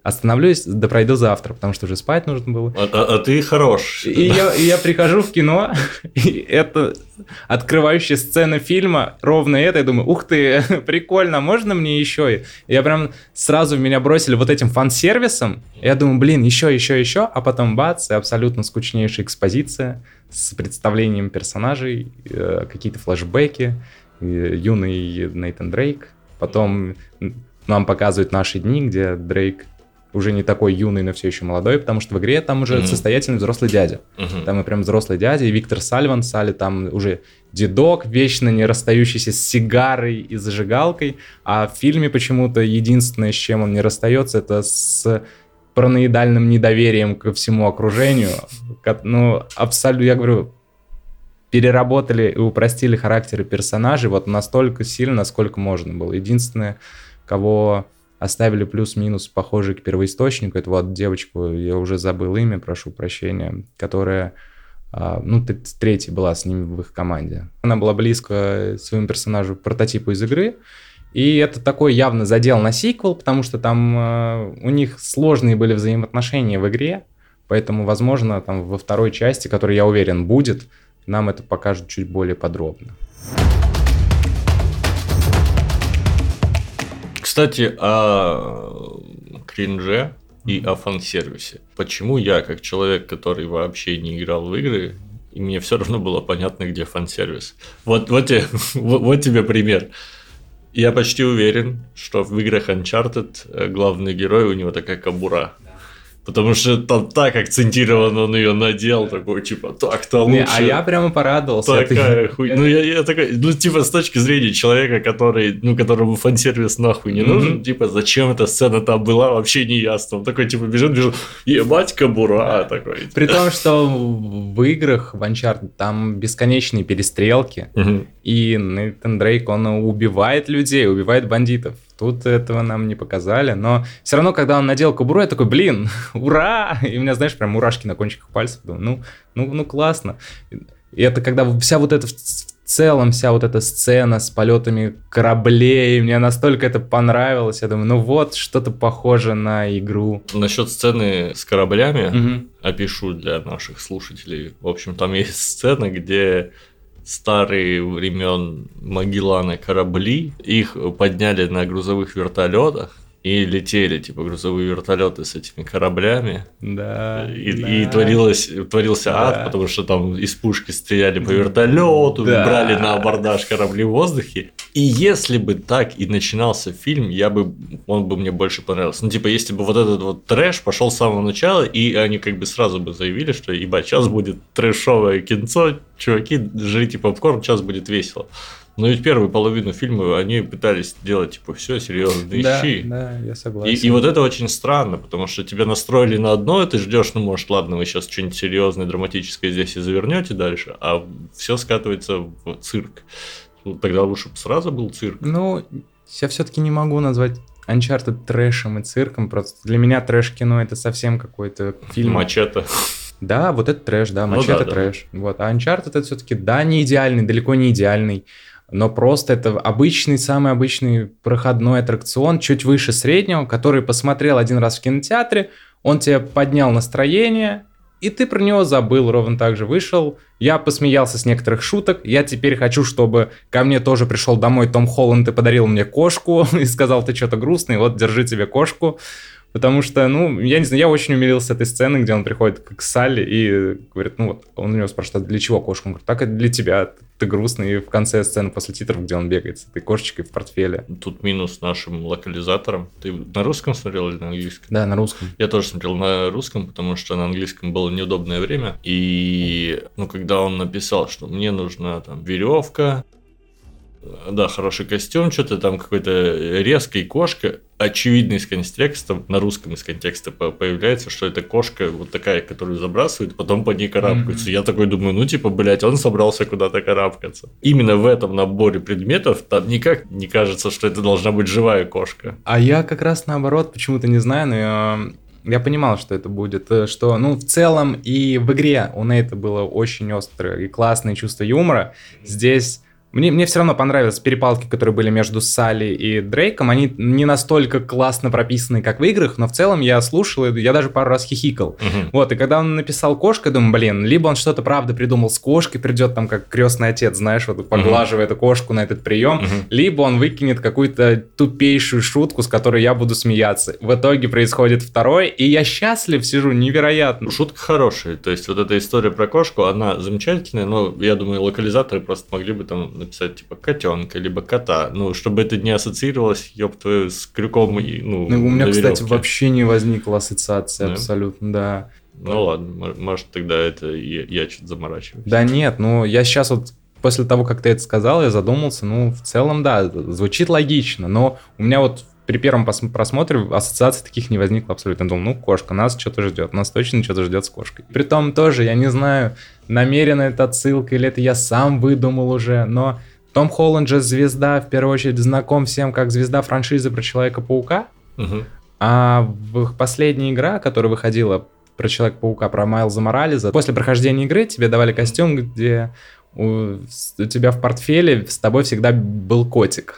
Speaker 2: остановлюсь, да пройду завтра, потому что уже спать нужно было.
Speaker 1: А, а, а ты хорош.
Speaker 2: И я, и я прихожу в кино, и это открывающая сцена фильма, ровно это, я думаю, ух ты, прикольно, можно мне еще? И я прям сразу в меня бросили вот этим фан-сервисом, я думаю, блин, еще, еще, еще, а потом бац, и абсолютно скучнейшая экспозиция с представлением персонажей, какие-то флешбеки, юный Нейтан Дрейк, потом нам показывают наши дни, где Дрейк уже не такой юный, но все еще молодой, потому что в игре там уже mm-hmm. состоятельный взрослый дядя. Mm-hmm. Там и прям взрослый дядя, и Виктор Сальван, Салли там уже дедок, вечно не расстающийся с сигарой и зажигалкой, а в фильме почему-то единственное, с чем он не расстается, это с параноидальным недоверием ко всему окружению. Ну, абсолютно, я говорю, переработали и упростили характеры персонажей вот настолько сильно, насколько можно было. Единственное, кого оставили плюс-минус похожий к первоисточнику, это вот девочку, я уже забыл имя, прошу прощения, которая, ну, третья была с ними в их команде. Она была близко своему персонажу, прототипу из игры, и это такой явно задел на сиквел, потому что там у них сложные были взаимоотношения в игре, поэтому, возможно, там во второй части, которая, я уверен, будет, нам это покажут чуть более подробно.
Speaker 1: Кстати, о кринже и о фан-сервисе. Почему я, как человек, который вообще не играл в игры, и мне все равно было понятно, где фан-сервис. Вот, вот, тебе, вот, вот тебе пример. Я почти уверен, что в играх Uncharted главный герой, у него такая кобура. Потому что там так акцентированно он ее надел, такой, типа, так-то лучше. Не,
Speaker 2: а я прямо порадовался.
Speaker 1: Такая хуй... Ну, я, я такой, ну, типа, с точки зрения человека, который, ну, которому фан-сервис нахуй не mm-hmm. нужен, типа, зачем эта сцена там была, вообще не ясно. Он такой, типа, бежит, бежит, ебать, кобура, такой.
Speaker 2: При том, что в играх в Uncharted там бесконечные перестрелки, mm-hmm. и Нейтан Дрейк, он убивает людей, убивает бандитов. Тут этого нам не показали, но все равно, когда он надел кобуру, я такой, блин, ура! И у меня, знаешь, прям мурашки на кончиках пальцев. Думаю, ну, ну, ну классно. И это когда вся вот эта, в целом, вся вот эта сцена с полетами кораблей, мне настолько это понравилось. Я думаю, ну вот, что-то похоже на игру.
Speaker 1: Насчет сцены с кораблями угу. опишу для наших слушателей. В общем, там есть сцена, где... старые времен Магеллана корабли, их подняли на грузовых вертолетах и летели, типа, грузовые вертолеты с этими кораблями.
Speaker 2: Да.
Speaker 1: И,
Speaker 2: да.
Speaker 1: и творилось, творился да. ад, потому что там из пушки стреляли по вертолету, да. брали на абордаж корабли в воздухе. И если бы так и начинался фильм, я бы, он бы мне больше понравился. Ну, типа, если бы вот этот вот трэш пошел с самого начала, и они как бы сразу бы заявили, что, ебать, сейчас будет трэшовое кинцо, чуваки, жрите попкорн, сейчас будет весело. Но ведь первую половину фильма они пытались делать, типа, все серьезные
Speaker 2: да,
Speaker 1: щи.
Speaker 2: Да, я согласен.
Speaker 1: И, и вот это очень странно, потому что тебя настроили на одно, и ты ждешь, ну, может, ладно, вы сейчас что-нибудь серьезное, драматическое здесь и завернете дальше, а все скатывается в цирк. Ну, тогда лучше бы сразу был цирк.
Speaker 2: Ну, я все-таки не могу назвать Uncharted трэшем и цирком, просто для меня трэш-кино это совсем какой-то фильм.
Speaker 1: Мачете.
Speaker 2: Да, вот это трэш, да, Мачете ну, да, трэш. Да. Вот. А Uncharted это все-таки, да, не идеальный, далеко не идеальный, но просто это обычный, самый обычный проходной аттракцион, чуть выше среднего, который посмотрел один раз в кинотеатре, он тебе поднял настроение, и ты про него забыл, ровно так же вышел. Я посмеялся с некоторых шуток, я теперь хочу, чтобы ко мне тоже пришел домой Том Холланд и подарил мне кошку, и сказал, ты что-то грустный, вот, держи тебе кошку. Потому что, ну, я не знаю, я очень умилился этой сцены, где он приходит к Салли и говорит, ну вот, он у него спрашивает, для чего кошка? Он говорит, так это для тебя, ты грустный. И в конце сцены после титров, где он бегает с этой кошечкой в портфеле.
Speaker 1: Тут минус нашим локализаторам. Ты на русском смотрел или на английском?
Speaker 2: Да, на русском.
Speaker 1: Я тоже смотрел на русском, потому что на английском было неудобное время. И, ну, когда он написал, что мне нужна там веревка, да, хороший костюм, что-то там какой-то резкой кошка. Очевидно из контекста, на русском из контекста появляется, что это кошка вот такая, которую забрасывают, потом по ней карабкаются. Mm-hmm. Я такой думаю, ну типа, блядь, он собрался куда-то карабкаться. Именно в этом наборе предметов там никак не кажется, что это должна быть живая кошка.
Speaker 2: А я как раз наоборот, почему-то не знаю, но я... Я понимал, что это будет, что, ну, в целом и в игре у Нейта было очень острое и классное чувство юмора. Здесь Мне, мне все равно понравились перепалки, которые были между Салли и Дрейком. Они не настолько классно прописаны, как в играх, но в целом я слушал, и я даже пару раз хихикал. Uh-huh. Вот, и когда он написал «Кошка», думаю, блин, либо он что-то правда придумал с кошкой, придет там как крестный отец, знаешь, вот поглаживая uh-huh. эту кошку на этот прием, uh-huh. либо он выкинет какую-то тупейшую шутку, с которой я буду смеяться. В итоге происходит второй, и я счастлив сижу, невероятно.
Speaker 1: Шутка хорошая, то есть вот эта история про кошку, она замечательная, но я думаю, локализаторы просто могли бы там написать типа котенка, либо кота, ну, чтобы это не ассоциировалось, ёб твою, с крюком и, ну,
Speaker 2: ну у меня, кстати, вообще не возникла ассоциация, да? Абсолютно, да.
Speaker 1: Ну ладно, может тогда это я, я что-то заморачиваюсь.
Speaker 2: Да нет, ну я сейчас вот после того, как ты это сказал, я задумался, ну, в целом, да, звучит логично, но у меня вот при первом просмотре ассоциаций таких не возникло абсолютно. Я думал, ну, кошка, нас что-то ждет, нас точно что-то ждет с кошкой. Притом тоже, я не знаю, намеренно это отсылка или это я сам выдумал уже, но Том Холланд же звезда, в первую очередь, знаком всем как звезда франшизы про Человека-паука, угу. А в последняя игра, которая выходила про Человека-паука, про Майлза Моралеса, после прохождения игры тебе давали костюм, где у, у тебя в портфеле с тобой всегда был котик.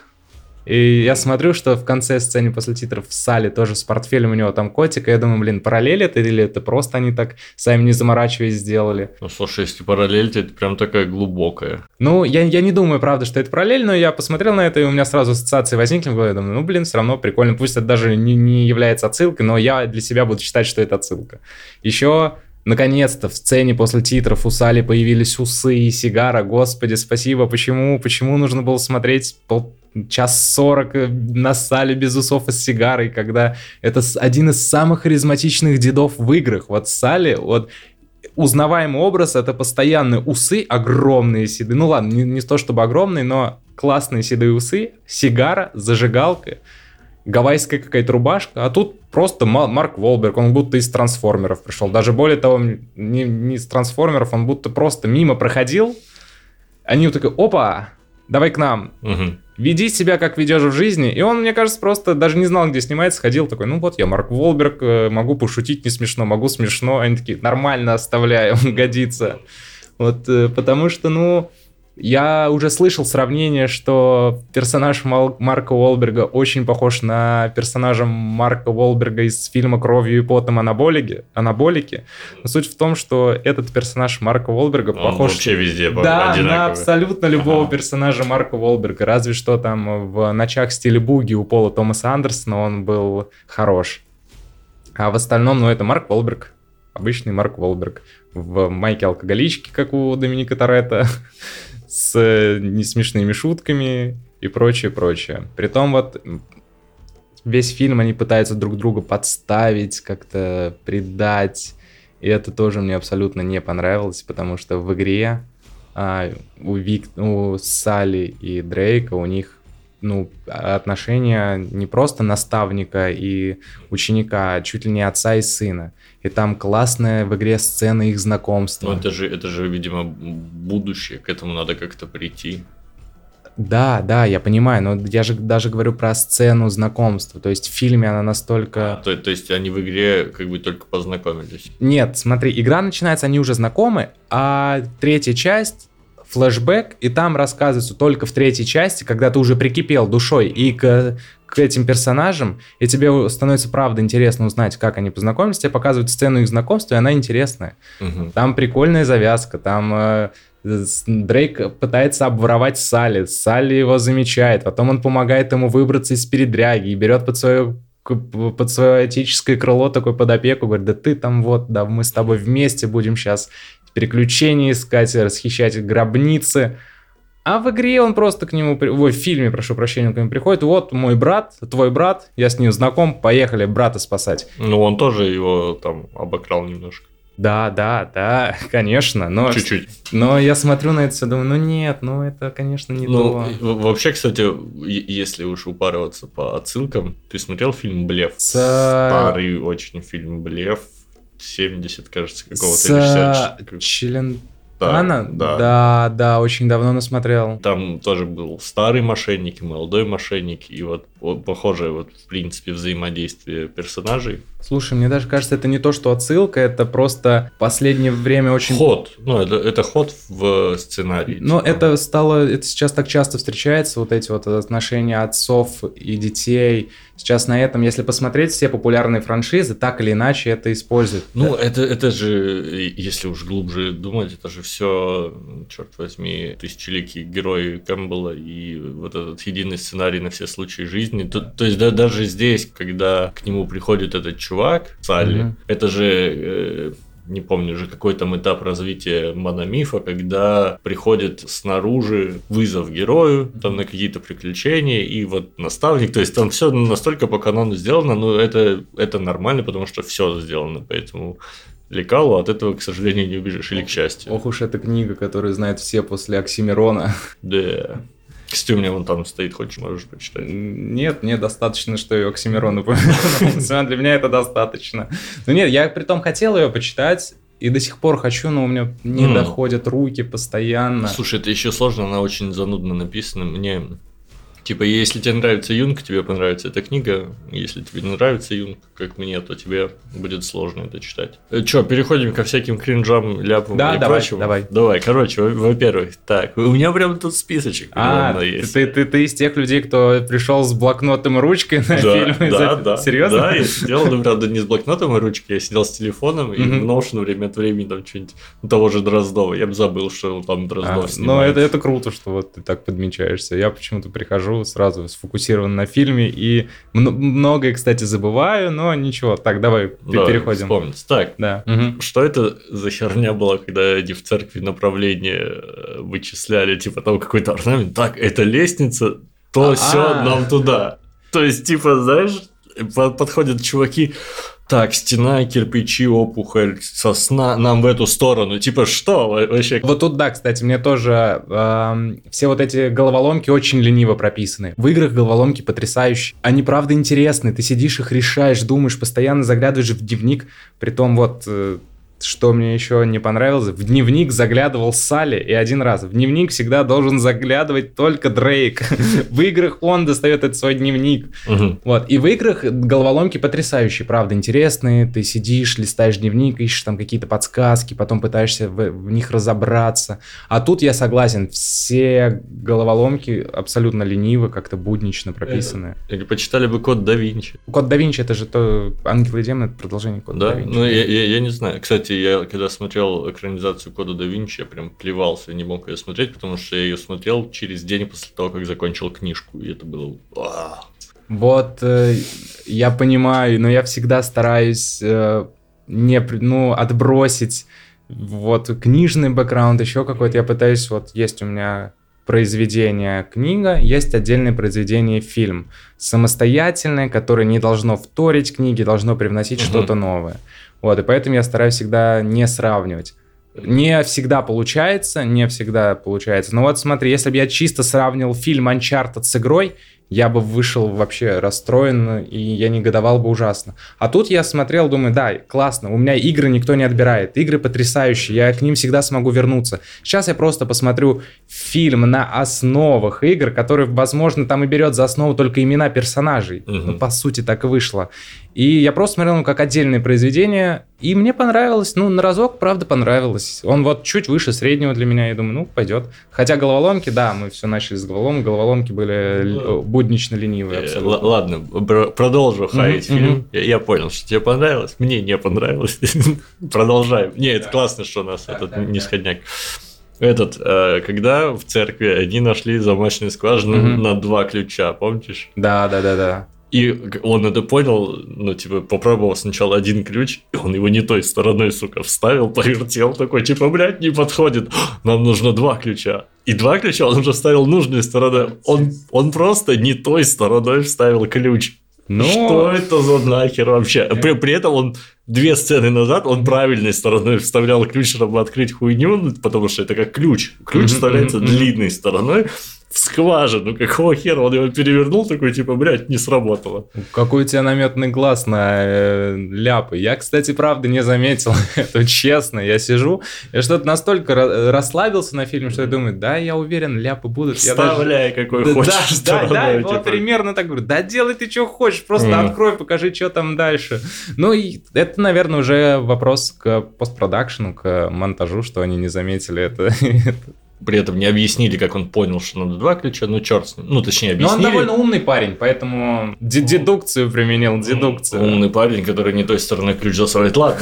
Speaker 2: И я смотрю, что в конце сцены после титров в Салли тоже с портфелем у него там котик, и я думаю, блин, параллель это или это просто они так сами не заморачиваясь сделали?
Speaker 1: Ну, слушай, если параллель, то это прям такая глубокая.
Speaker 2: Ну, я, я не думаю, правда, что это параллель, но я посмотрел на это, и у меня сразу ассоциации возникли в голове, думаю, ну, блин, все равно прикольно, пусть это даже не, не является отсылкой, но я для себя буду считать, что это отсылка. Еще... Наконец-то в сцене после титров у Салли появились усы и сигара. Господи, спасибо. Почему? Почему нужно было смотреть пол... час сорок на Салли без усов и с сигарой, когда это один из самых харизматичных дедов в играх. Вот Салли, вот узнаваемый образ — это постоянные усы, огромные седые. Ну ладно, не, не то чтобы огромные, но классные седые усы, сигара, зажигалка, гавайская какая-то рубашка, а тут просто Марк Уолберг, он будто из «Трансформеров» пришел. Даже более того, не, не из «Трансформеров», он будто просто мимо проходил. Они вот такие, опа, давай к нам. Угу. Веди себя, как ведешь в жизни. И он, мне кажется, просто даже не знал, где снимается, ходил такой, ну вот я Марк Уолберг, могу пошутить не смешно, могу смешно. Они такие, нормально оставляю, он годится. Вот, потому что, ну... Я уже слышал сравнение, что персонаж Марка Уолберга очень похож на персонажа Марка Уолберга из фильма «Кровью и потом анаболики». анаболики. Но суть в том, что этот персонаж Марка Уолберга
Speaker 1: он
Speaker 2: похож...
Speaker 1: вообще везде
Speaker 2: да,
Speaker 1: одинаковый.
Speaker 2: на абсолютно любого
Speaker 1: ага.
Speaker 2: персонажа Марка Уолберга. Разве что там в «Ночах в стиле буги» у Пола Томаса Андерсона он был хорош. А в остальном, ну, это Марк Уолберг. Обычный Марк Уолберг. В «Майке алкоголичке», как у Доминика Торетто. С несмешными шутками и прочее, прочее. Притом вот весь фильм они пытаются друг друга подставить, как-то предать. И это тоже мне абсолютно не понравилось, потому что в игре а, у, Вик, у Салли и Дрейка у них ну, отношения не просто наставника и ученика, а чуть ли не отца и сына. И там классная в игре сцена их знакомства.
Speaker 1: Ну, это же, это же, видимо, будущее, к этому надо как-то прийти.
Speaker 2: Да, да, я понимаю, но я же даже говорю про сцену знакомства. То есть в фильме она настолько...
Speaker 1: А, то, то есть они в игре как бы только познакомились?
Speaker 2: Нет, смотри, игра начинается, они уже знакомы, а третья часть... флешбэк, и там рассказывается только в третьей части, когда ты уже прикипел душой и к, к этим персонажам, и тебе становится правда интересно узнать, как они познакомились, тебе показывают сцену их знакомства, и она интересная. Угу. Там прикольная завязка, там э, Дрейк пытается обворовать Салли, Салли его замечает, потом он помогает ему выбраться из передряги и берет под свое под свое отеческое крыло, такой под опеку, говорит, да ты там вот, да мы с тобой вместе будем сейчас приключения искать, расхищать гробницы. А в игре он просто к нему, ой, в фильме, прошу прощения, он к нему приходит, вот мой брат, твой брат, я с ним знаком, поехали брата спасать.
Speaker 1: Ну, он тоже его там обокрал немножко.
Speaker 2: Да, да, да, конечно, но...
Speaker 1: Чуть-чуть.
Speaker 2: Но я смотрю на это все, думаю, ну нет, ну это, конечно, не
Speaker 1: ну,
Speaker 2: то.
Speaker 1: Вообще, кстати, если уж упарываться по отсылкам, ты смотрел фильм «Блеф»?
Speaker 2: С...
Speaker 1: Старый очень фильм «Блеф». семьдесят, кажется, какого-то.
Speaker 2: С... Член...
Speaker 1: Да,
Speaker 2: Анна?
Speaker 1: да.
Speaker 2: Да, да, очень давно насмотрел.
Speaker 1: Там тоже был старый мошенник и молодой мошенник, и вот, вот похожее вот в принципе взаимодействие персонажей.
Speaker 2: Слушай, мне даже кажется, это не то, что отсылка, это просто в последнее время очень...
Speaker 1: Ход, ну это, это ход в сценарии.
Speaker 2: Но
Speaker 1: типа.
Speaker 2: это стало, это сейчас так часто встречается, вот эти вот отношения отцов и детей. Сейчас на этом, если посмотреть все популярные франшизы, так или иначе это используют.
Speaker 1: Ну,
Speaker 2: Да.
Speaker 1: это, это же, если уж глубже думать, это же все, черт возьми, тысячеликий герой Кэмпбелла и вот этот единый сценарий на все случаи жизни. То, то есть да, даже здесь, когда к нему приходит этот чувак, Салли, mm-hmm. это же... Э, не помню уже какой там этап развития мономифа, когда приходит снаружи вызов герою, там на какие-то приключения, и вот наставник, то есть там все настолько по канону сделано, но это, это нормально, потому что все сделано, поэтому лекалу от этого, к сожалению, не убежишь, или к счастью.
Speaker 2: Ох уж эта книга, которую знают все после Оксимирона.
Speaker 1: Да. Кстати, у меня вон там стоит, хочешь, можешь почитать?
Speaker 2: Нет, мне достаточно, что ее Оксимирон упомянул. Для меня это достаточно. Ну нет, я притом хотел ее почитать, и до сих пор хочу, но у меня не mm. доходят руки постоянно.
Speaker 1: Слушай, это еще сложно, она очень занудно написана. Мне... Типа, если тебе нравится Юнг, тебе понравится эта книга. Если тебе не нравится Юнг, как мне, то тебе будет сложно это читать. Че, переходим ко всяким кринжам, ляпам
Speaker 2: да,
Speaker 1: и
Speaker 2: давай,
Speaker 1: прочему?
Speaker 2: давай.
Speaker 1: Давай, короче, во-первых, так, у меня прям тут списочек.
Speaker 2: А,
Speaker 1: есть.
Speaker 2: Ты, ты, ты из тех людей, кто пришел с блокнотом и ручкой на
Speaker 1: да,
Speaker 2: фильм?
Speaker 1: Да,
Speaker 2: за...
Speaker 1: да.
Speaker 2: Серьезно?
Speaker 1: Да, я сидел, ну, правда, не с блокнотом и ручкой, я сидел с телефоном, и в Notion время от времени там что-нибудь того же Дроздова. Я бы забыл, что там Дроздов а, снимает.
Speaker 2: Ну, это, это круто, что вот ты так подмечаешься. Я почему-то прихожу сразу сфокусирован на фильме и многое, кстати, забываю, но ничего. Так, давай да, переходим.
Speaker 1: Вспомнить. Так,
Speaker 2: да. Угу.
Speaker 1: Что это за херня была, когда они в церкви направление вычисляли, типа там какой-то орнамент? Так, это лестница, то все нам туда. То есть, типа, знаешь, подходят чуваки. Так, стена, кирпичи, опухоль, сосна, нам в эту сторону. Типа, что вообще?
Speaker 2: Вот тут, да, кстати, мне тоже э, все вот эти головоломки очень лениво прописаны. В играх головоломки потрясающие. Они, правда, интересны. Ты сидишь их решаешь, думаешь, постоянно заглядываешь в дневник. Притом вот... Э, что мне еще не понравилось, в дневник заглядывал Салли, и один раз. В дневник всегда должен заглядывать только Дрейк. В играх он достает этот свой дневник.
Speaker 1: Угу.
Speaker 2: Вот. И в играх головоломки потрясающие, правда, интересные. Ты сидишь, листаешь дневник, ищешь там какие-то подсказки, потом пытаешься в, в них разобраться. А тут я согласен, все головоломки абсолютно ленивы, как-то буднично прописаны.
Speaker 1: Или почитали бы Код да Винчи.
Speaker 2: Код да Винчи, это же то Ангел и Демон, это продолжение Кода
Speaker 1: да?
Speaker 2: да Винчи.
Speaker 1: Ну, я, я, я не знаю. Кстати, я когда смотрел экранизацию Кода да Винчи, я прям плевался, я не мог ее смотреть, потому что я ее смотрел через день после того, как закончил книжку, и это было...
Speaker 2: Вот, э, я понимаю, но я всегда стараюсь э, не, ну, отбросить вот книжный бэкграунд, еще какой-то, я пытаюсь, вот есть у меня... произведение книга, есть отдельное произведение фильм. Самостоятельное, которое не должно вторить книге, должно привносить uh-huh. что-то новое. Вот, и поэтому я стараюсь всегда не сравнивать. Не всегда получается, не всегда получается. Но вот смотри, если бы я чисто сравнил фильм Uncharted с игрой, я бы вышел вообще расстроен, и я негодовал бы ужасно. А тут я смотрел, думаю, да, классно, у меня игры никто не отбирает, игры потрясающие, я к ним всегда смогу вернуться. Сейчас я просто посмотрю фильм на основах игр, который, возможно, там и берет за основу только имена персонажей. Uh-huh. Ну, по сути, так и вышло. И я просто смотрел, ну, как отдельное произведение, и мне понравилось, ну, на разок, правда, понравилось. Он вот чуть выше среднего для меня, я думаю, ну, пойдет. Хотя головоломки, да, мы все начали с головоломок, головоломки были ну, буднично ленивые абсолютно.
Speaker 1: Л- ладно, продолжу хаять mm-hmm, фильм. Mm-hmm. Я, я понял, что тебе понравилось, мне не понравилось. Продолжаем. Не, это классно, что у нас этот нисходняк. Этот, когда в церкви они нашли замочную скважину на два ключа, помнишь?
Speaker 2: Да, да, да, да.
Speaker 1: И он это понял, ну, типа, попробовал сначала один ключ, и он его не той стороной, сука, вставил, повертел, такой, типа, блядь, не подходит, нам нужно два ключа. И два ключа он уже вставил нужной стороной, он, он просто не той стороной вставил ключ. Но... Что это за нахер вообще? При, при этом он две сцены назад, он правильной стороной вставлял ключ, чтобы открыть хуйню, потому что это как ключ. Ключ вставляется длинной стороной, в скважину. Какого хера? Он его перевернул, такой, типа, блядь, не сработало.
Speaker 2: Какой у тебя наметный глаз на э, ляпы. Я, кстати, правда не заметил это, честно. Я сижу, я что-то настолько расслабился на фильме, что я думаю, да, я уверен, ляпы будут.
Speaker 1: Вставляй, даже... какой
Speaker 2: да,
Speaker 1: хочешь.
Speaker 2: Да, да, да,
Speaker 1: типа...
Speaker 2: вот примерно так говорю. Да делай ты, что хочешь, просто mm. открой, покажи, что там дальше. Ну, и это, наверное, уже вопрос к постпродакшену, к монтажу, что они не заметили это.
Speaker 1: При этом не объяснили, как он понял, что надо два ключа, ну черт с ним. Ну, точнее, объяснили.
Speaker 2: Но он довольно умный парень, поэтому д- дедукцию применил, дедукцию.
Speaker 1: Умный парень, который не той стороны ключ засовывает. Ладно.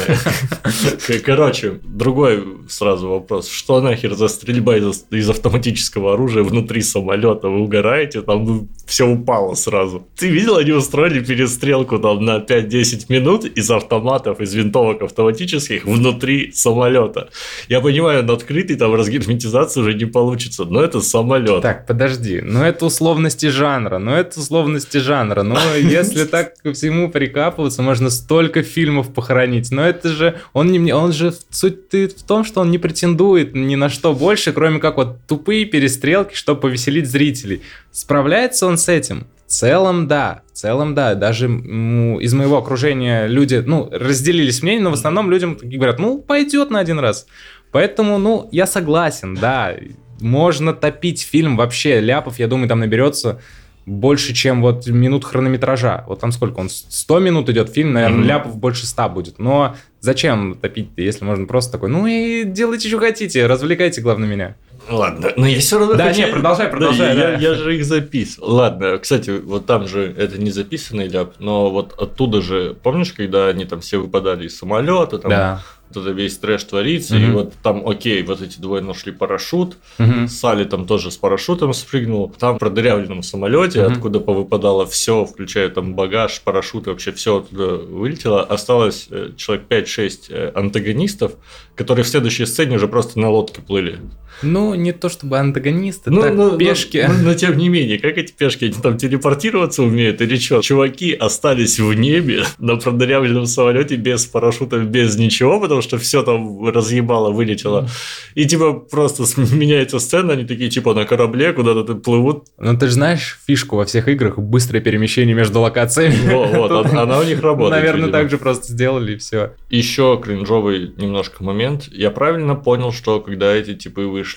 Speaker 1: Короче, другой сразу вопрос. Что нахер за стрельба из, из автоматического оружия внутри самолета? Вы угораете? Там все упало сразу. Ты видел, они устроили перестрелку там на пять-десять минут из автоматов, из винтовок автоматических внутри самолета. Я понимаю, на открытый там разгерметизацию уже не получится, но это самолет.
Speaker 2: Так, подожди, ну это условности жанра, ну это условности жанра, но если так ко всему прикапываться, можно столько фильмов похоронить, но это же, он не, он же, суть в том, что он не претендует ни на что больше, кроме как вот тупые перестрелки, чтобы повеселить зрителей. Справляется он с этим? В целом, да. В целом, да. Даже ну, из моего окружения люди, ну, разделились мнения, но в основном людям говорят, ну, пойдет на один раз. Поэтому, ну, я согласен, да. Можно топить фильм вообще. Ляпов, я думаю, там наберется больше, чем вот минут хронометража. Вот там сколько он? сто минут идет фильм, наверное, mm-hmm. ляпов больше ста будет. Но зачем топить-то, если можно просто такой, ну и делайте, что хотите, развлекайте, главное, меня.
Speaker 1: Ладно, но я все равно
Speaker 2: Да,
Speaker 1: хочу...
Speaker 2: не, продолжай, продолжай.
Speaker 1: Да,
Speaker 2: да.
Speaker 1: Я, я же их записывал. Ладно, кстати, вот там же это не записанный ляп, но вот оттуда же, помнишь, когда они там все выпадали из самолета, там
Speaker 2: да.
Speaker 1: вот это весь трэш творится, mm-hmm. и вот там, окей, вот эти двое нашли парашют,
Speaker 2: mm-hmm.
Speaker 1: Салли там тоже с парашютом спрыгнул, там в продырявленном самолете, mm-hmm. откуда повыпадало все, включая там багаж, парашют, вообще все оттуда вылетело, осталось человек пять-шесть антагонистов, которые в следующей сцене уже просто на лодке плыли.
Speaker 2: Ну, не то чтобы антагонисты,
Speaker 1: ну,
Speaker 2: так,
Speaker 1: ну,
Speaker 2: пешки.
Speaker 1: Но, но, но тем не менее, как эти пешки, они там телепортироваться умеют или что? Чуваки остались в небе на продырявленном самолете без парашюта, без ничего, потому что все там разъебало, вылетело. Mm. И типа просто меняется сцена, они такие типа на корабле куда-то плывут.
Speaker 2: Ну, ты же знаешь фишку во всех играх, быстрое перемещение между локациями.
Speaker 1: Вот, вот она у них работает.
Speaker 2: Наверное, так же просто сделали и все.
Speaker 1: Еще кринжовый немножко момент. Я правильно понял, что когда эти типы вышли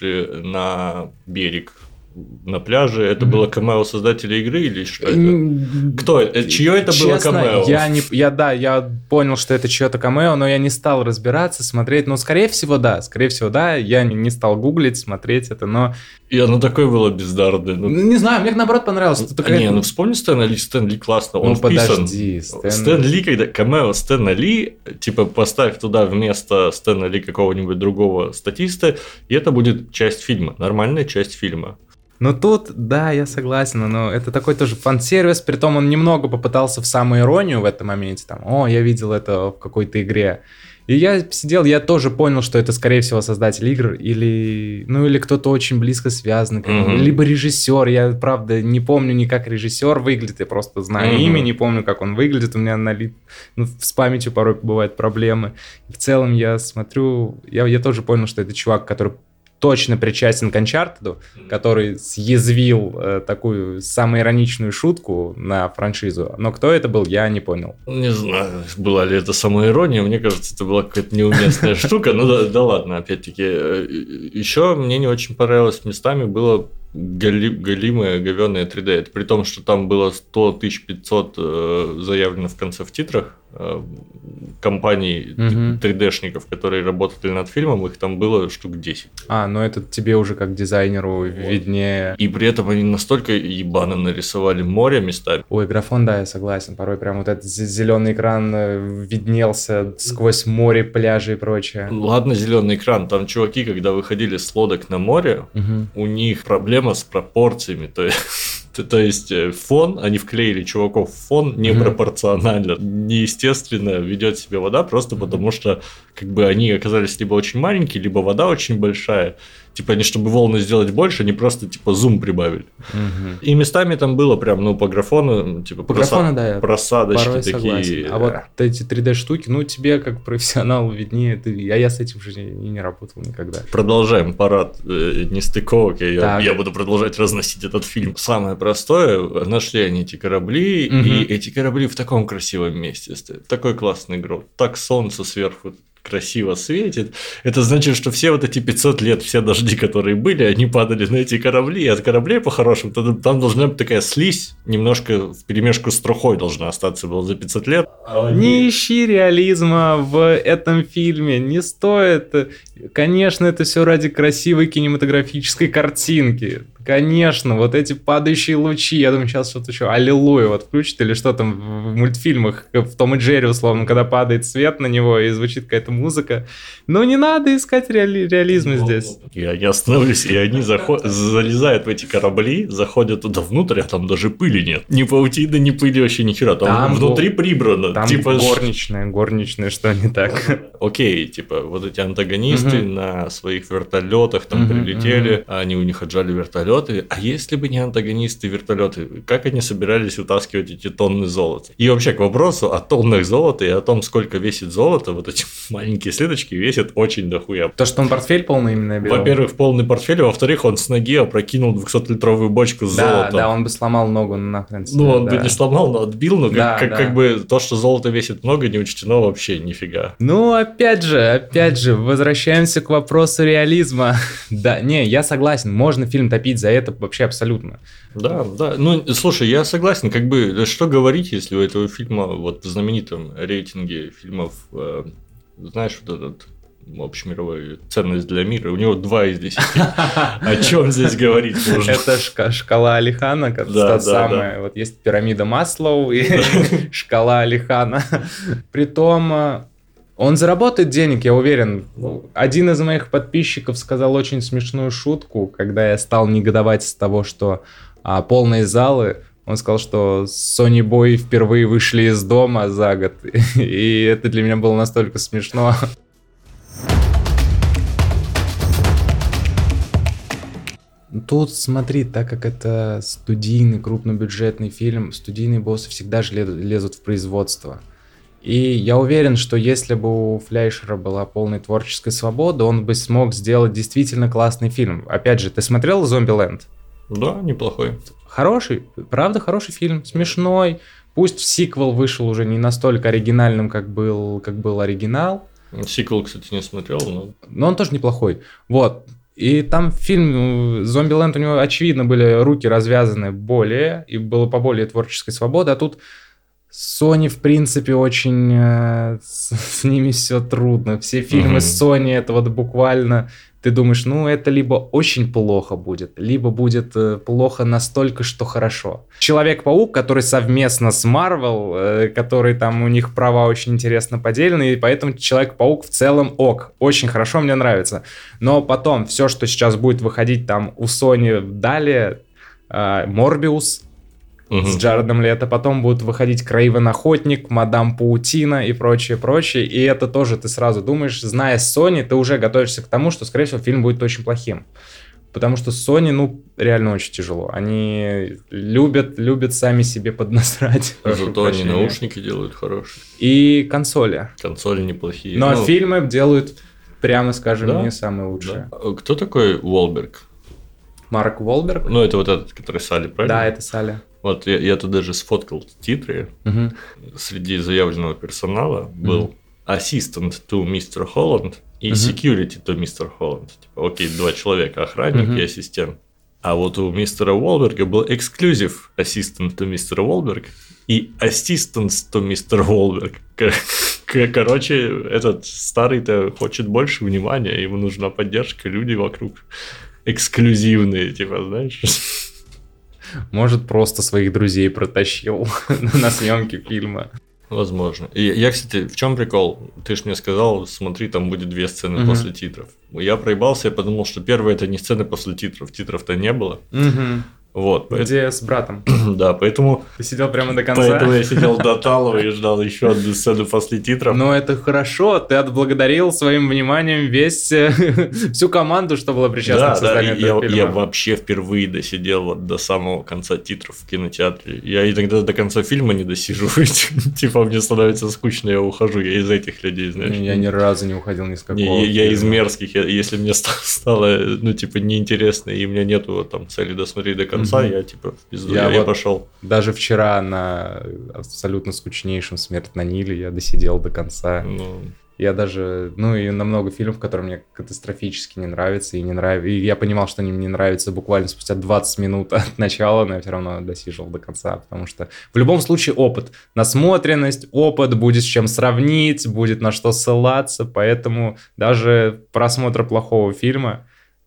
Speaker 1: на берег, на пляже, это mm-hmm. было камео создателя игры или что это? Кто это? Чье это
Speaker 2: Честно,
Speaker 1: было камео?
Speaker 2: Я не, я да, я понял, что это чье-то камео, но я не стал разбираться, смотреть. Ну, скорее всего, да, скорее всего, да. Я не стал гуглить, смотреть это, но.
Speaker 1: И оно такое было бездарное. Ну...
Speaker 2: Не знаю, мне наоборот понравилось.
Speaker 1: А, такая... Не, ну вспомни Стэна Ли, Стэн Ли классно, он
Speaker 2: ну,
Speaker 1: вписан.
Speaker 2: Подожди, Стэн...
Speaker 1: Стэн Ли, когда камео Стэна Ли, типа поставь туда вместо Стэна Ли какого-нибудь другого статиста, и это будет часть фильма, нормальная часть фильма.
Speaker 2: Ну тут, да, я согласен, но это такой тоже фан-сервис, притом он немного попытался в самоиронию в этом моменте, там, о, я видел это в какой-то игре. И я сидел, я тоже понял, что это, скорее всего, создатель игр или, ну, или кто-то очень близко связан, mm-hmm. либо режиссер. Я, правда, не помню ни как режиссер выглядит, я просто знаю mm-hmm. имя, не помню, как он выглядит. У меня налит, ну, с памятью порой бывают проблемы. И в целом я смотрю, я, я тоже понял, что это чувак, который точно причастен к Uncharted, который съязвил э, такую самоироничную шутку на франшизу. Но кто это был, я не понял.
Speaker 1: Не знаю, была ли это самоирония. Мне кажется, это была какая-то неуместная штука. Ну да, да ладно, опять-таки. Еще мне не очень понравилось местами было гали, галимое говёное три дэ. Это при том, что там было сто тысяч пятьсот э, заявлено в конце в титрах. Э, компаний mm-hmm. три дэ-шников, которые работали над фильмом, их там было штук десять.
Speaker 2: А, ну это тебе уже как дизайнеру вот. Виднее.
Speaker 1: И при этом они настолько ебано нарисовали море местами.
Speaker 2: Ой, графон, да, я согласен. Порой прям вот этот зеленый экран виднелся сквозь море, пляжи и прочее.
Speaker 1: Ладно, зеленый экран. Там чуваки, когда выходили с лодок на море, mm-hmm. у них проблема с пропорциями. То есть... То есть фон, они вклеили чуваков в фон непропорционально, неестественно ведет себя вода, просто потому что как бы они оказались либо очень маленькие, либо вода очень большая. Типа, они, чтобы волны сделать больше, они просто, типа, зум прибавили.
Speaker 2: Угу.
Speaker 1: И местами там было прям, ну, по графону, типа,
Speaker 2: по графону, да,
Speaker 1: просадочки
Speaker 2: порой
Speaker 1: такие.
Speaker 2: Согласен. А вот эти три дэ-штуки, ну, тебе, как профессионалу, виднее, ты... а я с этим же не, не работал никогда.
Speaker 1: Продолжаем парад э, нестыковок, я, я буду продолжать разносить этот фильм. Самое простое, нашли они эти корабли, угу. и эти корабли в таком красивом месте стоят. Такой классный грот, так солнце сверху красиво светит. Это значит, что все вот эти пятьсот лет, все дожди, которые были, они падали на эти корабли, и от кораблей по-хорошему, там должна быть такая слизь, немножко вперемешку с трухой должна остаться была за пятьсот лет.
Speaker 2: Не ищи реализма в этом фильме, не стоит. Конечно, это все ради красивой кинематографической картинки. Конечно, вот эти падающие лучи, я думаю, сейчас что-то еще аллилуйя вот включит, или что там в мультфильмах, в Том и Джерри, условно, когда падает свет на него и звучит какая-то музыка. Но не надо искать реали- реализма ну, здесь.
Speaker 1: Я не остановлюсь, и они заход... залезают в эти корабли, заходят туда внутрь, а там даже пыли нет. Ни паутины, ни пыли, вообще ни хера. Там, там внутри го... прибрано.
Speaker 2: Там
Speaker 1: типа...
Speaker 2: горничная, горничная, что не так.
Speaker 1: Окей, типа, вот эти антагонисты угу. на своих вертолетах там угу, прилетели, угу. они у них отжали вертолет. А если бы не антагонисты вертолеты, как они собирались вытаскивать эти тонны золота? И вообще к вопросу о тоннах золота и о том, сколько весит золото, вот эти маленькие слиточки весят очень дохуя.
Speaker 2: То, что он портфель полный именно берет?
Speaker 1: Во-первых, полный портфель, а во-вторых, он с ноги опрокинул двухсотлитровую бочку с
Speaker 2: да,
Speaker 1: золотом.
Speaker 2: Да, он бы сломал ногу нахрен себе.
Speaker 1: Ну, он
Speaker 2: да.
Speaker 1: бы не сломал, но отбил, но
Speaker 2: да,
Speaker 1: как,
Speaker 2: да.
Speaker 1: как бы то, что золото весит много, не учтено вообще нифига.
Speaker 2: Ну, опять же, опять же, возвращаемся к вопросу реализма. Да, не, я согласен, можно фильм топить за это вообще абсолютно.
Speaker 1: Да, да. Ну, слушай, я согласен, как бы, что говорить, если у этого фильма, вот в знаменитом рейтинге фильмов, э, знаешь, вот этот общемировой ценность для мира, у него два из десяти. О чем здесь говорить можно?
Speaker 2: Это шкала Алихана, та самая. Вот есть пирамида Маслоу и шкала Алихана. Притом... Он заработает денег, я уверен. Один из моих подписчиков сказал очень смешную шутку, когда я стал негодовать с того, что а, полные залы. Он сказал, что Sony Boy впервые вышли из дома за год. И это для меня было настолько смешно. Тут, смотри, так как это студийный, крупнобюджетный фильм, студийные боссы всегда же лезут в производство. И я уверен, что если бы у Флейшера была полная творческая свобода, он бы смог сделать действительно классный фильм. Опять же, ты смотрел «Зомбиленд»?
Speaker 1: Да, неплохой.
Speaker 2: Хороший, правда, хороший фильм, смешной. Пусть сиквел вышел уже не настолько оригинальным, как был, как был оригинал.
Speaker 1: Сиквел, кстати, не смотрел, но...
Speaker 2: Но он тоже неплохой. Вот. И там фильм «Зомбиленд», у него, очевидно, были руки развязаны более, и было поболее творческой свободы, а тут... Sony, в принципе, очень... Э, с, с ними все трудно. Все фильмы uh-huh. Sony, это вот буквально... Ты думаешь, ну, это либо очень плохо будет, либо будет э, плохо настолько, что хорошо. Человек-паук, который совместно с Marvel, э, который там у них права очень интересно поделены, и поэтому Человек-паук в целом ок. Очень хорошо, мне нравится. Но потом все, что сейчас будет выходить там у Sony далее, э, Морбиус... Uh-huh. С Джаредом Лето, потом будут выходить Крейвен Охотник, Мадам Паутина и прочее, прочее, и это тоже ты сразу думаешь, зная Sony, ты уже готовишься к тому, что, скорее всего, фильм будет очень плохим, потому что Sony, ну, реально очень тяжело, они любят, любят сами себе поднасрать.
Speaker 1: Зато они наушники делают хорошие.
Speaker 2: И консоли.
Speaker 1: Консоли неплохие.
Speaker 2: Но
Speaker 1: ну...
Speaker 2: фильмы делают, прямо скажем,
Speaker 1: да?
Speaker 2: не самые лучшие.
Speaker 1: Да. Кто такой Уолберг?
Speaker 2: Марк Уолберг.
Speaker 1: Ну, это вот этот, который Салли, правильно?
Speaker 2: Да, это Салли.
Speaker 1: Вот я, я тут даже сфоткал титры.
Speaker 2: Uh-huh.
Speaker 1: Среди заявленного персонала был uh-huh. ассистент to мистер Холланд и uh-huh. security to мистер Холланд. Типа, окей, два человека, охранник uh-huh. и ассистент. А вот у мистера Уолберга был эксклюзив ассистент to мистер Уолберг и ассистент to мистер Уолберг. Короче, этот старый-то хочет больше внимания, ему нужна поддержка, люди вокруг эксклюзивные, типа, знаешь...
Speaker 2: Может, просто своих друзей протащил на съемки фильма.
Speaker 1: Возможно. И я, кстати, в чем прикол? Ты же мне сказал, смотри, там будет две сцены uh-huh. после титров. Я проебался, я подумал, что первая это не сцена после титров, титров-то не было.
Speaker 2: Uh-huh.
Speaker 1: Вот,
Speaker 2: Где поэтому... с братом.
Speaker 1: Да, поэтому...
Speaker 2: Ты сидел прямо до конца.
Speaker 1: Поэтому я сидел до Талова и ждал еще одну сцену после титров.
Speaker 2: Ну, это хорошо. Ты отблагодарил своим вниманием весь, всю команду, что была причастна
Speaker 1: да,
Speaker 2: к созданию
Speaker 1: да,
Speaker 2: этого
Speaker 1: я,
Speaker 2: фильма.
Speaker 1: Я вообще впервые досидел вот до самого конца титров в кинотеатре. Я иногда до конца фильма не досиживаю. Типа мне становится скучно, я ухожу. Я из этих людей, знаешь.
Speaker 2: Я ни разу не уходил ни с какого
Speaker 1: не, Я, я из мерзких. Я, если мне стало, ну, типа, неинтересно, и у меня нету там цели досмотреть до конца, mm-hmm. я, типа, в пизду, я, я, я вот пошел.
Speaker 2: Даже вчера на абсолютно скучнейшем «Смерть на Ниле» я досидел до конца.
Speaker 1: Ну...
Speaker 2: Я даже, ну и на много фильмов, которые мне катастрофически не нравятся, и не нравятся, и я понимал, что они мне нравятся буквально спустя двадцать минут от начала, но я все равно досиживал до конца, потому что в любом случае опыт, насмотренность, опыт, будет с чем сравнить, будет на что ссылаться, поэтому даже просмотр плохого фильма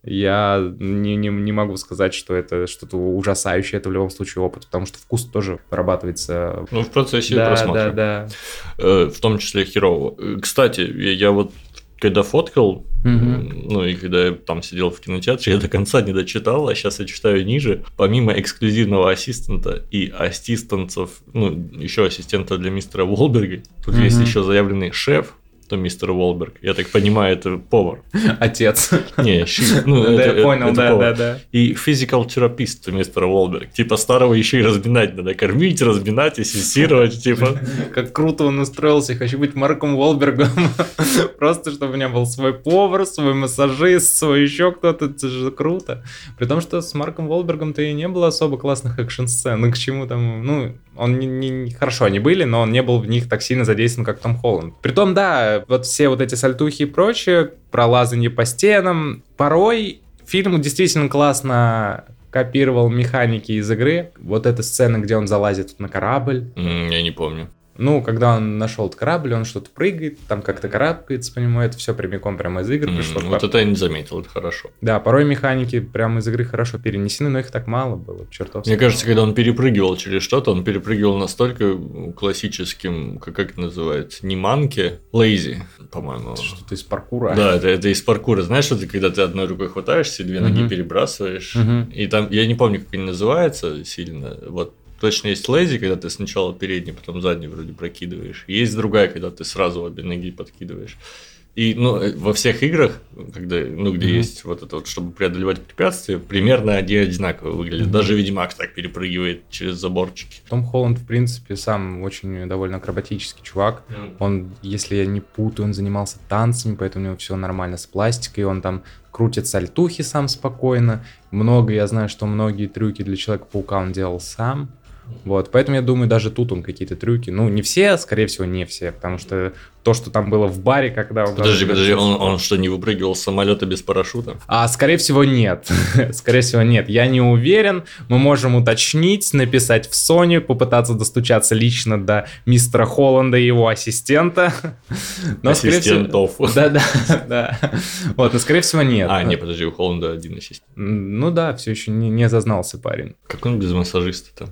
Speaker 2: я не, не, не могу сказать, что это что-то ужасающее, это в любом случае опыт, потому что вкус тоже вырабатывается.
Speaker 1: Ну, в процессе
Speaker 2: да,
Speaker 1: просмотра.
Speaker 2: Да, да.
Speaker 1: Э, в том числе херово. Кстати, я, я вот когда фоткал, mm-hmm. ну и когда я там сидел в кинотеатре, я до конца не дочитал, а сейчас я читаю ниже. Помимо эксклюзивного ассистента и ассистентов, ну, еще ассистента для мистера Уолберга, тут mm-hmm. есть еще заявленный шеф, мистер Уолберг. Я так понимаю, это повар.
Speaker 2: Отец.
Speaker 1: Не, щи, ну,
Speaker 2: да,
Speaker 1: это,
Speaker 2: я понял,
Speaker 1: это
Speaker 2: да,
Speaker 1: повар.
Speaker 2: да, да.
Speaker 1: И физикал терапист мистер Уолберг. Типа старого еще и разминать надо. Кормить, разминать, ассистировать, типа.
Speaker 2: Как круто он устроился. Хочу быть Марком Уолбергом. Просто, чтобы у меня был свой повар, свой массажист, свой еще кто-то. Это же круто. При том, что с Марком Уолбергом-то и не было особо классных экшн-сцен. Ну, к чему там... Ну, он не, не... Хорошо, они были, но он не был в них так сильно задействован, как Том Холланд. Притом, да, вот все вот эти сальтухи и прочее, пролазанье по стенам. Порой фильм действительно классно копировал механики из игры. Вот эта сцена, где он залазит на корабль.
Speaker 1: Mm, я не помню.
Speaker 2: Ну, когда он нашел этот корабль, он что-то прыгает, там как-то карабкается по нему, это все прямиком прямо из игр
Speaker 1: mm,
Speaker 2: пришло.
Speaker 1: Вот это я не заметил, это хорошо.
Speaker 2: Да, порой механики прямо из игры хорошо перенесены, но их так мало было, чертовски.
Speaker 1: Мне кажется, когда он перепрыгивал через что-то, он перепрыгивал настолько классическим, как, как это называется, не манки, лейзи, по-моему.
Speaker 2: Это что-то из паркура.
Speaker 1: Да, это, это из паркура. Знаешь, что ты, когда ты одной рукой хватаешься, две ноги uh-huh. перебрасываешь, uh-huh. и там, я не помню, как они называются сильно, вот. Точно есть лейзи, когда ты сначала передний, потом задний вроде прокидываешь. Есть другая, когда ты сразу обе ноги подкидываешь. И ну, во всех играх, когда, ну, где mm-hmm. есть вот это вот, чтобы преодолевать препятствия, примерно они одинаково выглядят. Mm-hmm. Даже Ведьмак так перепрыгивает через заборчики.
Speaker 2: Том Холланд, в принципе, сам очень довольно акробатический чувак. Mm-hmm. Он, если я не путаю, он занимался танцами, поэтому у него все нормально с пластикой. Он там крутит сальтухи сам спокойно. Много, я знаю, что многие трюки для Человека-паука он делал сам. Вот, поэтому я думаю, даже тут он какие-то трюки, ну, не все, скорее всего, не все, потому что то, что там было в баре, когда он...
Speaker 1: Подожди, подожди, он, он что, не выпрыгивал с самолета без парашюта?
Speaker 2: А, скорее всего, нет. Скорее всего, нет. Я не уверен. Мы можем уточнить, написать в Sony, попытаться достучаться лично до мистера Холланда и его ассистента.
Speaker 1: Но, ассистентов.
Speaker 2: Всего... Да, да, да. Вот, но, скорее всего, нет.
Speaker 1: А, не, подожди, у Холланда один ассистент.
Speaker 2: Ну да, все еще не, не зазнался парень.
Speaker 1: Как он без массажиста-то?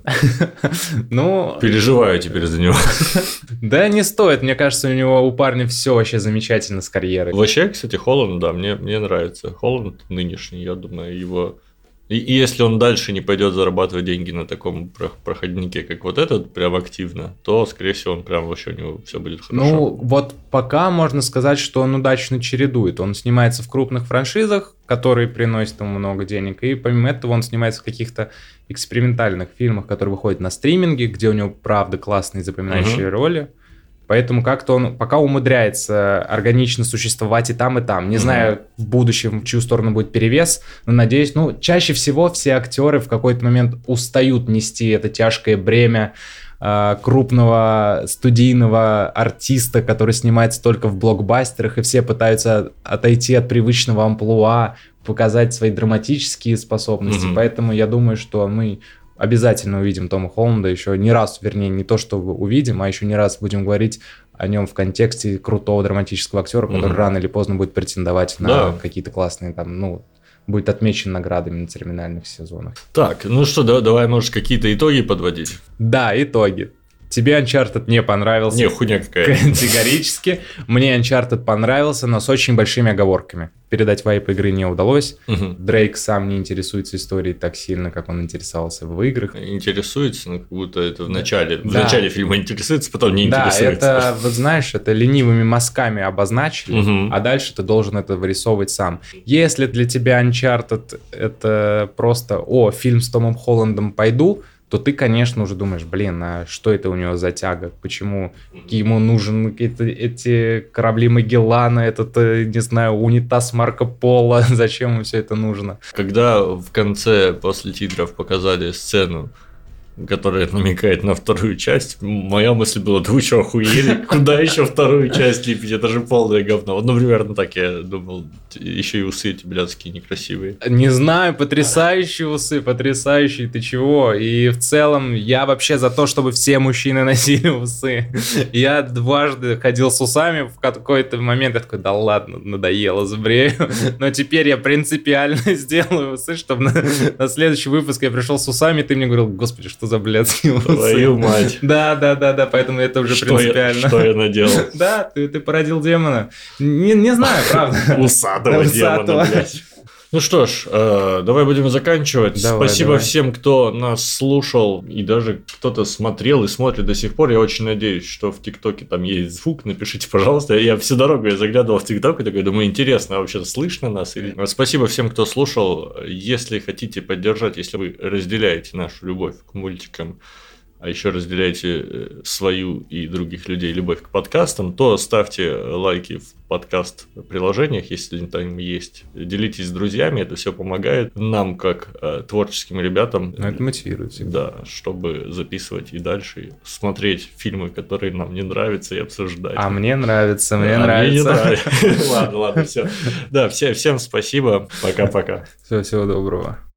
Speaker 2: Ну...
Speaker 1: Переживаю теперь за него.
Speaker 2: Да не стоит, мне кажется, у него у парня все вообще замечательно с карьерой.
Speaker 1: Вообще, кстати, Холланд, да, мне, мне нравится. Холланд нынешний, я думаю, его... И, и если он дальше не пойдет зарабатывать деньги на таком проходнике, как вот этот, прям активно, то, скорее всего, он прям вообще у него все будет хорошо.
Speaker 2: Ну, вот пока можно сказать, что он удачно чередует. Он снимается в крупных франшизах, которые приносят ему много денег, и помимо этого он снимается в каких-то экспериментальных фильмах, которые выходят на стриминге, где у него, правда, классные запоминающие uh-huh. роли. Поэтому как-то он пока умудряется органично существовать и там, и там. Не mm-hmm. знаю в будущем, в чью сторону будет перевес, но надеюсь, ну, чаще всего все актеры в какой-то момент устают нести это тяжкое бремя э, крупного студийного артиста, который снимается только в блокбастерах, и все пытаются отойти от привычного амплуа, показать свои драматические способности. Mm-hmm. Поэтому я думаю, что мы... обязательно увидим Тома Холланда еще не раз, вернее, не то, что увидим, а еще не раз будем говорить о нем в контексте крутого драматического актера, который mm-hmm. рано или поздно будет претендовать на да. какие-то классные, там, ну, будет отмечен наградами на церемониальных сезонах.
Speaker 1: Так, ну что, да, давай, может, какие-то итоги подводить?
Speaker 2: Да, итоги. Тебе Uncharted не понравился.
Speaker 1: Не, хуйня какая.
Speaker 2: Категорически. Мне Uncharted понравился, но с очень большими оговорками. Передать вайп игры не удалось.
Speaker 1: Угу.
Speaker 2: Дрейк сам не интересуется историей так сильно, как он интересовался в играх.
Speaker 1: Интересуется, но как будто это в начале, в
Speaker 2: Да.
Speaker 1: начале фильма интересуется, потом не
Speaker 2: Да,
Speaker 1: интересуется.
Speaker 2: это, вот знаешь, это ленивыми мазками обозначили,
Speaker 1: Угу.
Speaker 2: а дальше ты должен это вырисовывать сам. Если для тебя Uncharted это просто, о, фильм с Томом Холландом, пойду, то ты, конечно, уже думаешь, блин, а что это у него за тяга? Почему ему нужен это, эти корабли Магеллана, этот, не знаю, унитаз Марко Поло, зачем ему все это нужно?
Speaker 1: Когда в конце, после титров, показали сцену, которая намекает на вторую часть, моя мысль была, да вы что, охуели? Куда еще вторую часть лепить? Это же полное говно. Вот, ну, примерно так я думал. Еще и усы эти блядские некрасивые.
Speaker 2: Не знаю, потрясающие усы, потрясающие, ты чего? И в целом я вообще за то, чтобы все мужчины носили усы. Я дважды ходил с усами, в какой-то момент я такой, да ладно, надоело, забрею. Но теперь я принципиально сделаю усы, чтобы на, на следующий выпуск я пришел с усами, и ты мне говорил, господи, что за блядские усы?
Speaker 1: Твою мать.
Speaker 2: Да, да, да, да, поэтому это уже
Speaker 1: Что
Speaker 2: принципиально.
Speaker 1: Я, что я наделал?
Speaker 2: Да, ты, ты породил демона. Не, не знаю, правда.
Speaker 1: Усатого демона, блядь. Ну что ж, э, давай будем заканчивать.
Speaker 2: Давай,
Speaker 1: Спасибо
Speaker 2: давай.
Speaker 1: всем, кто нас слушал и даже кто-то смотрел и смотрит до сих пор. Я очень надеюсь, что в ТикТоке там есть звук. Напишите, пожалуйста. Я всю дорогу я заглядывал в ТикТок и такой думаю, интересно, а вообще слышно нас или нет? Спасибо всем, кто слушал. Если хотите поддержать, если вы разделяете нашу любовь к мультикам, а еще разделяете свою и других людей любовь к подкастам, то ставьте лайки в подкаст-приложениях, если там есть. Делитесь с друзьями, это все помогает нам, как э, творческим ребятам.
Speaker 2: Ну, это мотивирует всегда.
Speaker 1: Да, чтобы записывать и дальше смотреть фильмы, которые нам не нравятся, и обсуждать.
Speaker 2: А мне нравится, мне
Speaker 1: А
Speaker 2: нравится.
Speaker 1: мне не нравится. Ладно, ладно, все. Да, всем спасибо. Пока-пока.
Speaker 2: Всего, всего доброго.